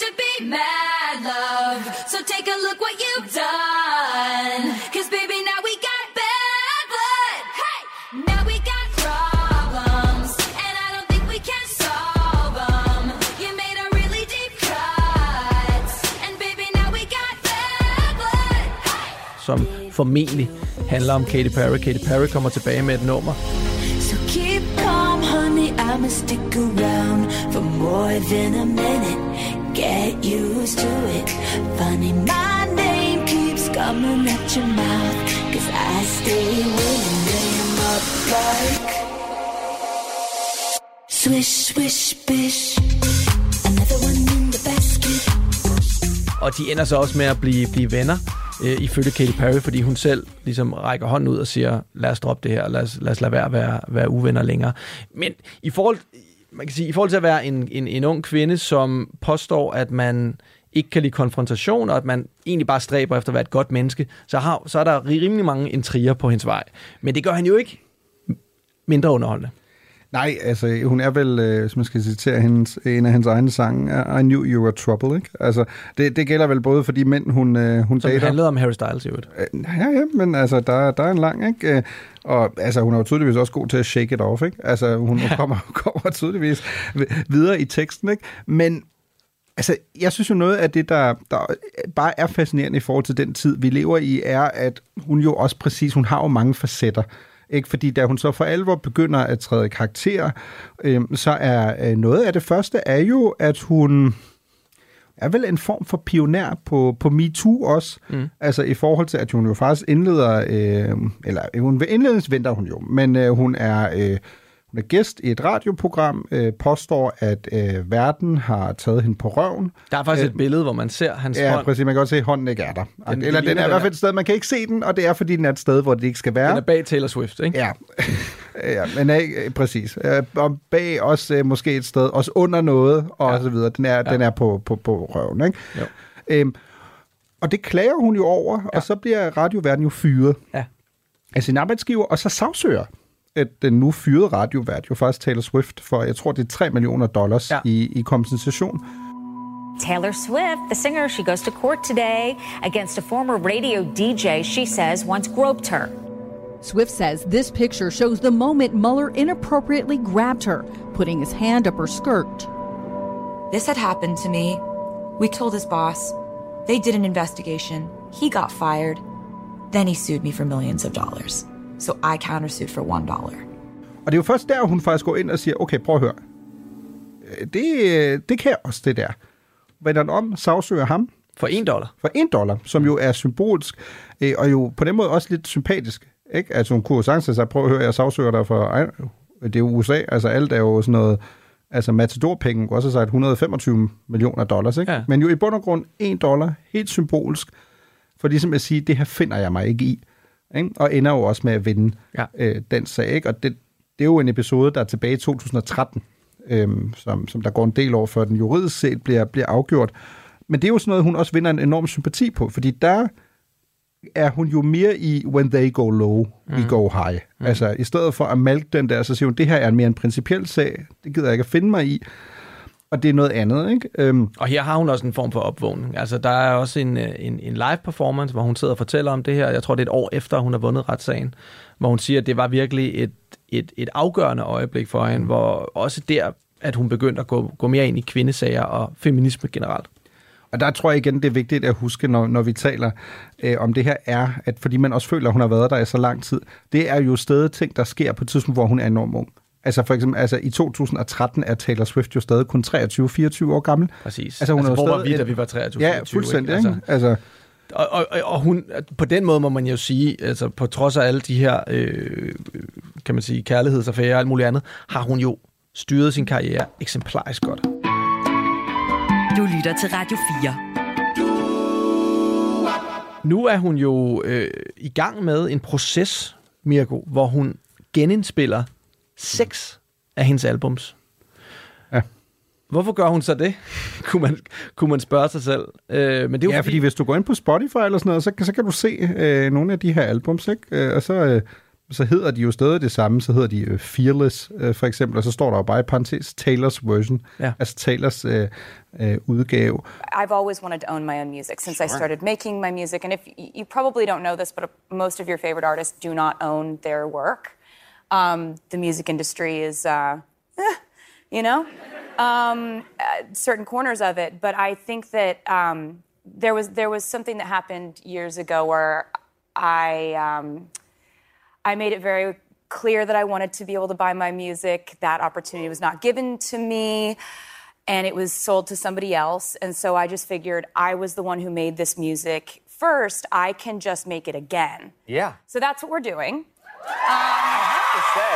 mad love. So take a look what you've done. 'Cause baby, now we got bad blood. Hey, now we got problems, and I don't think we can solve them. You made a really deep cut, and baby, now we got bad blood. Hey. Som formentlig handler om Katy Perry. Katy Perry kommer tilbage med et nummer. So keep calm, honey, I'ma stick around for more than a minute. Get used to it. Funny, my name keeps coming at your mouth, 'cause I stay winning them up like swish, swish, bish. Another one in the basket. Og de ender så også med at blive venner, ifølge Katy Perry, fordi hun selv ligesom rækker hånden ud og siger, lad os droppe det her, lad os lade være uvenner længere. Men i forhold til at være en ung kvinde, som påstår, at man ikke kan lide konfrontation, og at man egentlig bare stræber efter at være et godt menneske, så er der rimelig mange intriger på hendes vej. Men det gør han jo ikke mindre underholdende. Nej, altså hun er vel, hvis man skal citere en af hendes egne sange, I knew you were trouble, ikke? Altså, det gælder vel både for de mænd, hun dater. Som handlede om Harry Styles, jo. Ja, men altså, der er en lang, ikke? Og altså, hun er jo tydeligvis også god til at shake it off, ikke? Altså, hun kommer tydeligvis videre i teksten, ikke? Men altså, jeg synes jo noget af det, der bare er fascinerende i forhold til den tid, vi lever i, er, at hun jo også præcis, hun har jo mange facetter. Ikke? Fordi da hun så for alvor begynder at træde karakter, så er noget af det første er jo, at hun er vel en form for pioner på MeToo også. Altså i forhold til, at hun jo faktisk indleder, eller hun ved indledningsvis venter hun jo, men hun er gæst i et radioprogram, påstår, at verden har taget hende på røven. Der er faktisk et billede, hvor man ser hans hånd. Ja, præcis. Man kan godt se, at hånden ikke er der. Den er i hvert fald et sted, man kan ikke se den, og det er, fordi den er et sted, hvor det ikke skal være. Den er bag Taylor Swift, ikke? Ja, ja, men præcis. Og bag også måske et sted, også under noget, og så videre. Den er på røven, ikke? Jo. Og det klager hun jo over, og så bliver radioverdenen jo fyret af sin arbejdsgiver, og så sagsøger at den nu fyrede radiovært jo faktisk Taylor Swift for, jeg tror, det er $3 million i kompensation. Taylor Swift, the singer, she goes to court today against a former radio DJ she says once groped her. Swift says this picture shows the moment Mueller inappropriately grabbed her, putting his hand up her skirt. This had happened to me. We told his boss. They did an investigation. He got fired. Then he sued me for millions of dollars. So I countersued for $1. Og det er jo først der, hun faktisk går ind og siger, okay, prøv at høre. Det kan jeg også, det der. Vender den om, sagsøger ham. For $1. For $1, som jo er symbolsk, og jo på den måde også lidt sympatisk. Ikke? Altså hun kunne jo sagtens sige, prøv at høre, jeg sagsøger dig for, det er jo USA, altså alt er jo sådan noget, altså matadorpenge kunne også have sagt $125 million, ikke? Ja. Men jo i bund og grund $1, helt symbolsk, for ligesom at sige, det her finder jeg mig ikke i. Ikke? Og ender jo også med at vinde den sag. Ikke? Og det er jo en episode, der er tilbage i 2013, som der går en del over, før den juridisk set bliver afgjort. Men det er jo sådan noget, hun også vinder en enorm sympati på, fordi der er hun jo mere i when they go low, we go high. Altså i stedet for at malke den der, så siger hun, det her er mere en principiel sag, det gider jeg ikke at finde mig i. Og det er noget andet, ikke? Og her har hun også en form for opvågning. Altså, der er også en live performance, hvor hun sidder og fortæller om det her. Jeg tror, det er et år efter, hun har vundet retssagen, hvor hun siger, at det var virkelig et afgørende øjeblik for hende, hvor også der, at hun begyndte at gå mere ind i kvindesager og feminisme generelt. Og der tror jeg igen, det er vigtigt at huske, når vi taler om det her, er, at fordi man også føler, at hun har været der i så lang tid, det er jo stadig ting, der sker på et tidspunkt, hvor hun er enormt ung. Altså for eksempel, i 2013 er Taylor Swift jo stadig kun 23-24 år gammel. Præcis. Altså, hun hvor stadig var vi, da vi var 23-24? Ja, fuldstændig. Ikke? Altså. Og hun, på den måde må man jo sige, altså på trods af alle de her, kan man sige, kærlighedsaffærer og alt muligt andet, har hun jo styret sin karriere eksemplarisk godt. Du lytter til Radio 4. Nu er hun jo i gang med en proces, Mirko, hvor hun genindspiller 6 af hendes albums. Ja. Hvorfor gør hun så det? kunne man spørge sig selv. Men det er jo fordi hvis du går ind på Spotify eller sådan noget, så kan du se nogle af de her albums, ikke? Og så så hedder de jo stadig det samme, så hedder de Fearless, for eksempel, og så står der jo bare i parentes Taylors version, altså Taylors udgave. I've always wanted to own my own music since I started making my music, and if you probably don't know this, but most of your favorite artists do not own their work. The music industry is, certain corners of it, but I think that there was something that happened years ago where I made it very clear that I wanted to be able to buy my music. That opportunity was not given to me, and it was sold to somebody else. And so I just figured I was the one who made this music first. I can just make it again. Yeah. So that's what we're doing. I have to say.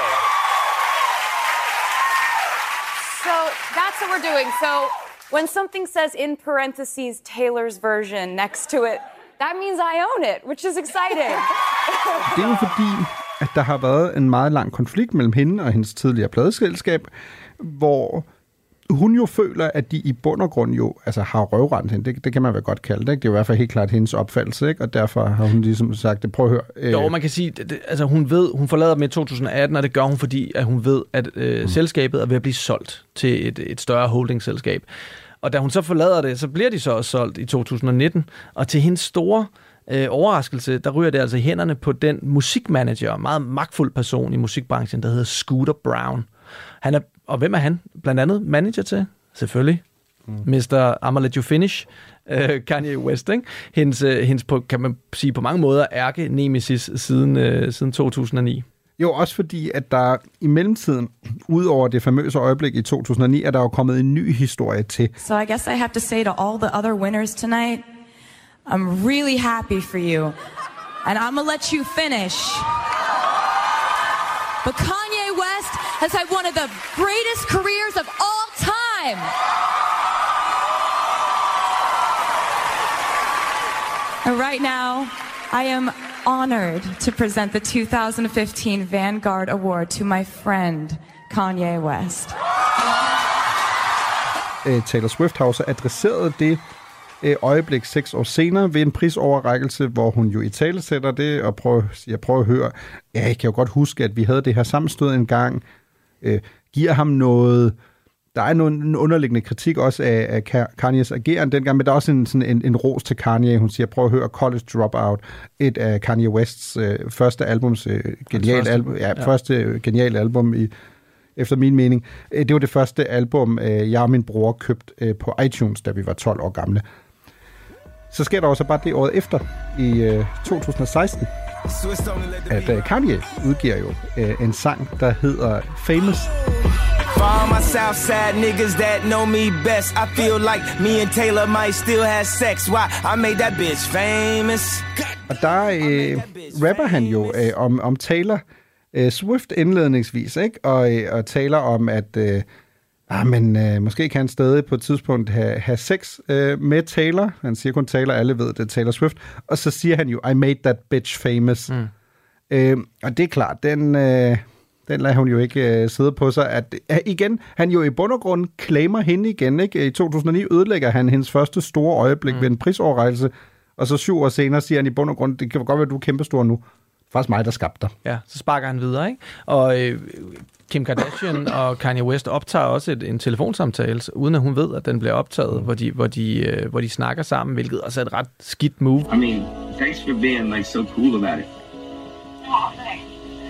So that's what we're doing. So when something says in parentheses Taylor's version next to it, that means I own it, which is exciting. Det er jo fordi, at der har været en meget lang konflikt mellem hende og hendes tidligere pladeselskab, hvor hun jo føler, at de i bund og grund jo har røvrendt hende. Det kan man vel godt kalde det, ikke? Det er jo i hvert fald helt klart hendes opfattelse, ikke? Og derfor har hun ligesom sagt, prøv at høre. Jo, man kan sige, hun forlader dem i 2018, og det gør hun, fordi at hun ved, at selskabet er ved at blive solgt til et større holdingselskab. Og da hun så forlader det, så bliver de så også solgt i 2019, og til hendes store overraskelse, der ryger det altså i hænderne på den musikmanager, meget magtfuld person i musikbranchen, der hedder Scooter Braun. Og hvem er han? Blandt andet manager til? Selvfølgelig. Mr. I'ma Let You Finish, Kanye West, ikke? Hendes kan man sige på mange måder, ærke-nemesis siden 2009. Jo, også fordi, at der i mellemtiden, ud over det famøse øjeblik i 2009, er der jo kommet en ny historie til. So I guess I have to say to all the other winners tonight, I'm really happy for you, and I'm gonna let you finish. But Kanye West has had one of the greatest careers of all time. And right now, I am honored to present the 2015 Vanguard Award to my friend, Kanye West. Taylor Swift har også adresseret det øjeblik 6 år senere ved en prisoverrækkelse, hvor hun jo italesætter det og prøver at høre, jeg kan jo godt huske, at vi havde det her sammenstød en gang, giver ham noget. Der er en underliggende kritik også af Kanyes ageren dengang, men der er også en ros til Kanye. Hun siger, prøv at høre College Dropout, et af Kanye Wests første albums, første geniale album efter min mening. Det var det første album, jeg og min bror købte på iTunes, da vi var 12 år gamle. Så sker der også bare det året efter, i 2016, at Kanye udgiver jo en sang, der hedder Famous. For all my Southside niggas that know me best, I feel like me and Taylor might still have sex. Why? I made that bitch famous. Og der rapper han jo om Taylor Swift indledningsvis, ikke? Og taler om, at måske kan han stadig på et tidspunkt have sex med Taylor. Han siger kun Taylor, alle ved det er Taylor Swift. Og så siger han jo, I made that bitch famous. Og det er klart, den lader hun jo ikke sidde på sig. At igen, han jo i bund og grund claimer hende igen, ikke? I 2009 ødelægger han hendes første store øjeblik ved en prisoverrækkelse, og så 7 år senere siger han i bund og grund, det kan godt være, du er kæmpestor nu. Faktisk mig, der skabte dig. Ja, så sparker han videre, ikke? Og Kim Kardashian og Kanye West optager også en telefonsamtale, uden at hun ved, at den bliver optaget, hvor de snakker sammen, hvilket også er et ret skidt move. I mean, thanks for being like so cool about it. Oh, thanks.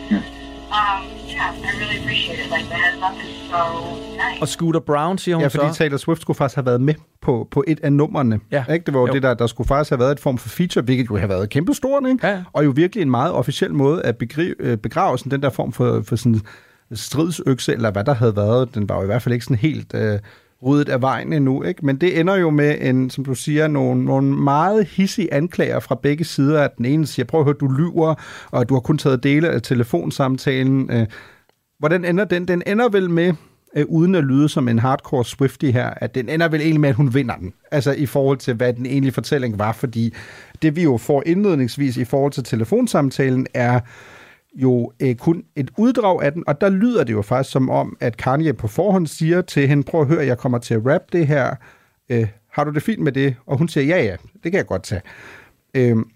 I really appreciate it. Like, the heads up is so nice. Og Scooter Braun, siger hun så. Ja, fordi Taylor Swift skulle faktisk have været med på et af numrene. Ja. Ikke? Det var jo det, der skulle faktisk have været et form for feature, hvilket jo har været kæmpestort, ikke? Ja. Og jo virkelig en meget officiel måde at begrave sådan den der form for sådan stridsøkse, eller hvad der havde været. Den var jo i hvert fald ikke sådan helt ryddet af vejen endnu, ikke? Men det ender jo med som du siger, nogle meget hissige anklager fra begge sider, at den ene siger, prøv at høre, du lyver, og du har kun taget dele af telefonsamtalen. Hvordan ender den? Den ender vel med, uden at lyde som en hardcore Swiftie her, at den ender vel egentlig med, at hun vinder den. Altså i forhold til, hvad den egentlige fortælling var, fordi det vi jo får indledningsvis i forhold til telefonsamtalen, er jo kun et uddrag af den, og der lyder det jo faktisk som om, at Kanye på forhånd siger til hende, prøv at høre, jeg kommer til at rappe det her, har du det fint med det? Og hun siger, ja, det kan jeg godt tage.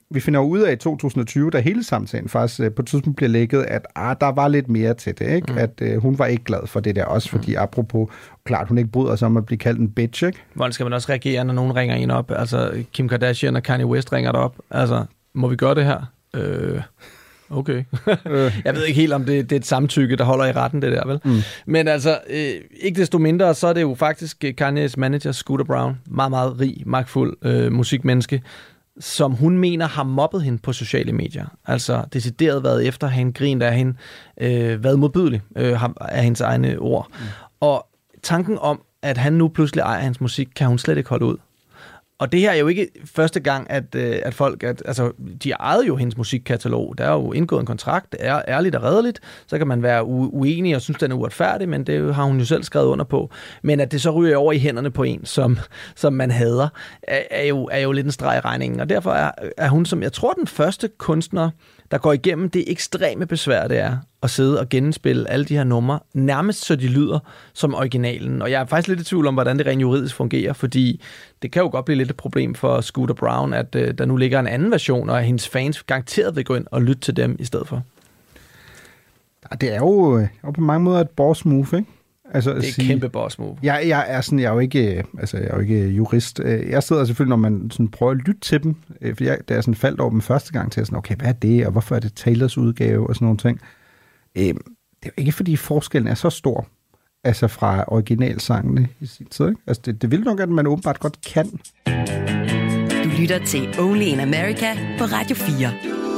vi finder ud af i 2020, da hele samtalen faktisk på et tidspunkt bliver lækket, at der var lidt mere til det, ikke? At hun var ikke glad for det der, også fordi apropos, klart hun ikke bryder sig om at blive kaldt en bitch, ikke? Hvordan skal man også reagere, når nogen ringer en op? Altså, Kim Kardashian og Kanye West ringer dig op. Altså, må vi gøre det her? Okay. Jeg ved ikke helt, om det er et samtykke, der holder i retten, det der, vel? Men altså, ikke desto mindre, så er det jo faktisk Kanye's manager, Scooter Braun, meget, meget rig, magtfuld musikmenneske, som hun mener har mobbet hende på sociale medier. Altså decideret været efter hende, grint af hende, været modbydelig af hendes egne ord. Og tanken om, at han nu pludselig ejer hans musik, kan hun slet ikke holde ud. Og det her er jo ikke første gang, at folk... altså, de ejede jo hendes musikkatalog. Der er jo indgået en kontrakt, ærligt og redeligt. Så kan man være uenig og synes, den er uretfærdig, men det har hun jo selv skrevet under på. Men at det så ryger over i hænderne på en, som man hader, er jo lidt en streg i regningen. Og derfor er hun, som jeg tror, den første kunstner, der går igennem det ekstreme besvær, det er at sidde og genspille alle de her numre, nærmest så de lyder som originalen. Og jeg er faktisk lidt i tvivl om, hvordan det rent juridisk fungerer, fordi det kan jo godt blive lidt et problem for Scooter Braun, at der nu ligger en anden version, og hendes fans garanteret vil gå ind og lytte til dem i stedet for. Det er jo på mange måder et boss move, ikke? Altså, det er et kæmpe boss move. Jeg er jo ikke jurist. Jeg sidder selvfølgelig, når man sådan prøver at lytte til dem, for da jeg sådan faldt over dem første gang til, sådan, okay, hvad er det, og hvorfor er det Taylors udgave, og sådan nogle ting. Det er jo ikke, fordi forskellen er så stor, altså fra originalsangene i sin tid, ikke? Altså, det vil nok, at man åbenbart godt kan. Du lytter til Only in America på Radio 4.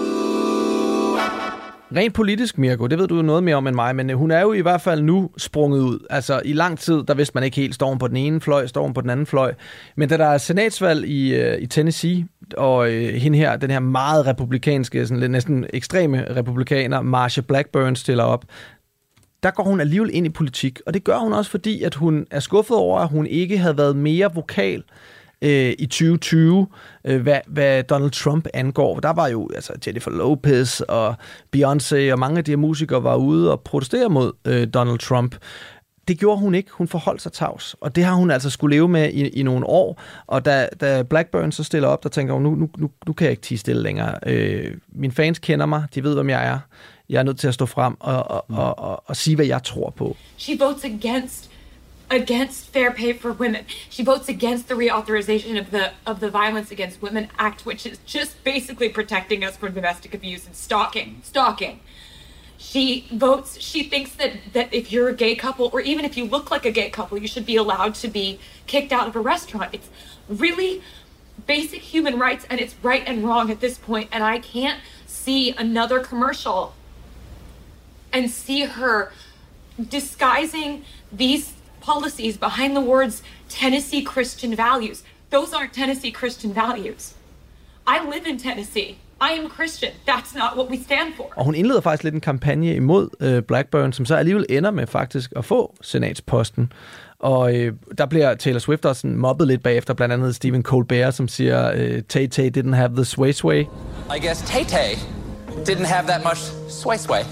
Rent politisk, Mirko, det ved du jo noget mere om end mig, men hun er jo i hvert fald nu sprunget ud. Altså i lang tid, der vidste man ikke helt, står hun på den ene fløj, står hun på den anden fløj. Men da der er senatsvalg i Tennessee, og hende her, den her meget republikanske, sådan lidt næsten ekstreme republikaner, Marsha Blackburn, stiller op, der går hun alligevel ind i politik. Og det gør hun også, fordi at hun er skuffet over, at hun ikke havde været mere vokal i 2020, hvad Donald Trump angår. Der var jo Jennifer Lopez og Beyoncé og mange af de her musikere var ude og protestere mod Donald Trump. Det gjorde hun ikke. Hun forholdt sig tavs. Og det har hun altså skulle leve med i nogle år. Og da Blackburn så stiller op, der tænker hun, nu kan jeg ikke tie stille længere. Mine fans kender mig. De ved, hvem jeg er. Jeg er nødt til at stå frem og sige, hvad jeg tror på. She votes against fair pay for women. She votes against the reauthorization of the Violence Against Women Act, which is just basically protecting us from domestic abuse and stalking. She thinks that if you're a gay couple, or even if you look like a gay couple, you should be allowed to be kicked out of a restaurant. It's really basic human rights, and it's right and wrong at this point, and I can't see another commercial and see her disguising these policies behind the words Tennessee Christian values. Those aren't Tennessee Christian values. I live in Tennessee. I am Christian. That's not what we stand for. Og hun indleder faktisk lidt en kampagne imod Blackburn, som så alligevel ender med faktisk at få senatsposten. Og der bliver Taylor Swift også mobbet lidt bagefter, blandt andet Stephen Colbert, som siger, Tay-Tay didn't have the sway. I guess Tay-Tay didn't have that much sway.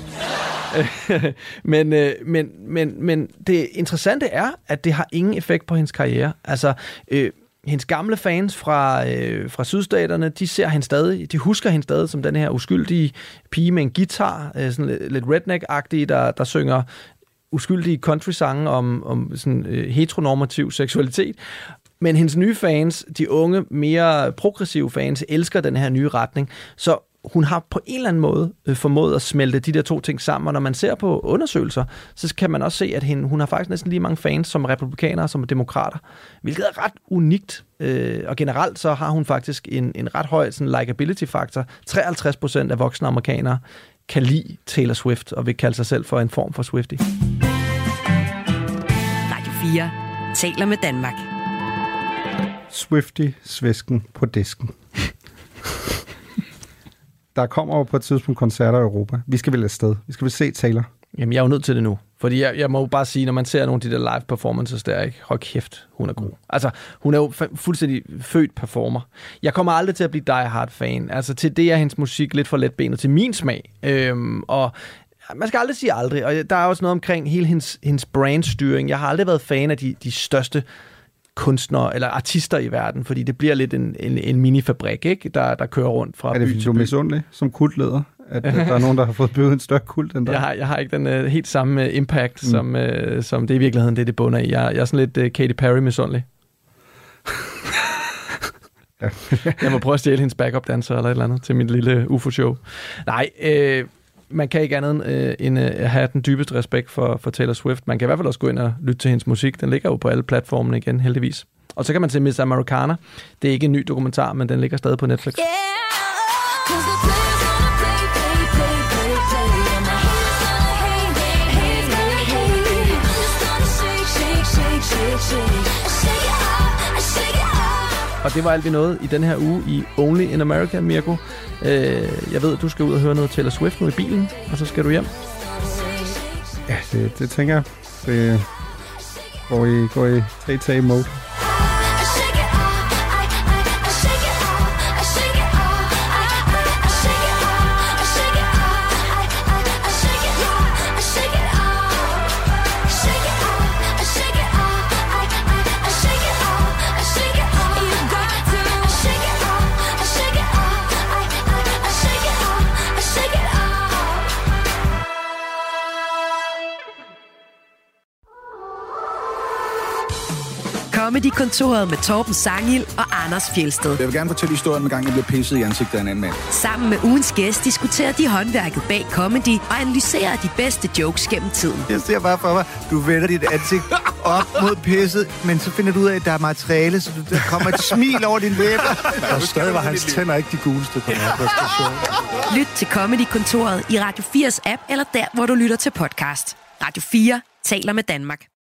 men det interessante er, at det har ingen effekt på hendes karriere. Altså, hendes gamle fans fra sydstaterne, de ser hende stadig, de husker hende stadig som den her uskyldige pige med en guitar, sådan lidt redneck-agtige, der synger uskyldige country-sange om sådan heteronormativ seksualitet. Men hendes nye fans, de unge, mere progressive fans, elsker den her nye retning. Så hun har på en eller anden måde formået at smelte de der to ting sammen, og når man ser på undersøgelser, så kan man også se, at hun har faktisk næsten lige mange fans som republikanere, som demokrater, hvilket er ret unikt. Og generelt så har hun faktisk en ret høj likability-faktor. 53% af voksne amerikanere kan lide Taylor Swift, og vil kalde sig selv for en form for Swiftie. Radio 4 taler med Danmark. Swiftie-svæsken på disken. Der kommer jo på et tidspunkt koncerter i Europa. Vi skal vel afsted. Vi skal vel se Taylor. Jamen, jeg er jo nødt til det nu. Fordi jeg må jo bare sige, når man ser nogle af de der live performances der, ikke? Hold kæft, hun er god. Altså, hun er jo fuldstændig født performer. Jeg kommer aldrig til at blive Die Hard fan. Altså, til det er hendes musik lidt for letbenet til min smag. Og man skal aldrig sige aldrig. Og der er også noget omkring hele hendes brandstyring. Jeg har aldrig været fan af de største kunstnere eller artister i verden, fordi det bliver lidt en minifabrik, ikke? Der kører rundt fra by til by. Er det, fordi du er misundelig som kultleder? At der er nogen, der har fået bygget en større kult end dig? Jeg har ikke den helt samme impact, som det i virkeligheden det bunder i. Jeg er sådan lidt Katy Perry misundelig. Jeg må prøve at stjæle hendes backup-danser eller et eller andet til mit lille UFO-show. Nej, man kan ikke andet end at have den dybeste respekt for Taylor Swift. Man kan i hvert fald også gå ind og lytte til hendes musik. Den ligger jo på alle platformene igen, heldigvis. Og så kan man se Miss Americana. Det er ikke en ny dokumentar, men den ligger stadig på Netflix. Og det var alt vi nåede i den her uge i Only in America, Mirko. Jeg ved, at du skal ud og høre noget Taylor Swift nu i bilen, og så skal du hjem. Ja, det tænker jeg. Det går i tay mode. Comedy-kontoret med Torben Sangil og Anders Fjeldsted. Jeg vil gerne fortælle historien med gang, jeg blev pisset i ansigtet af en anden mand. Sammen med ugens gæst diskuterer de håndværket bag comedy og analyserer de bedste jokes gennem tiden. Jeg ser bare for mig, du vender dit ansigt op mod pisset, men så finder du ud af, at der er materiale, så der kommer et smil over din læber. Og stadig var hans tænder ikke de guleste på den her præstation. Lyt til Comedy-kontoret i Radio 4's app eller der, hvor du lytter til podcast. Radio 4 taler med Danmark.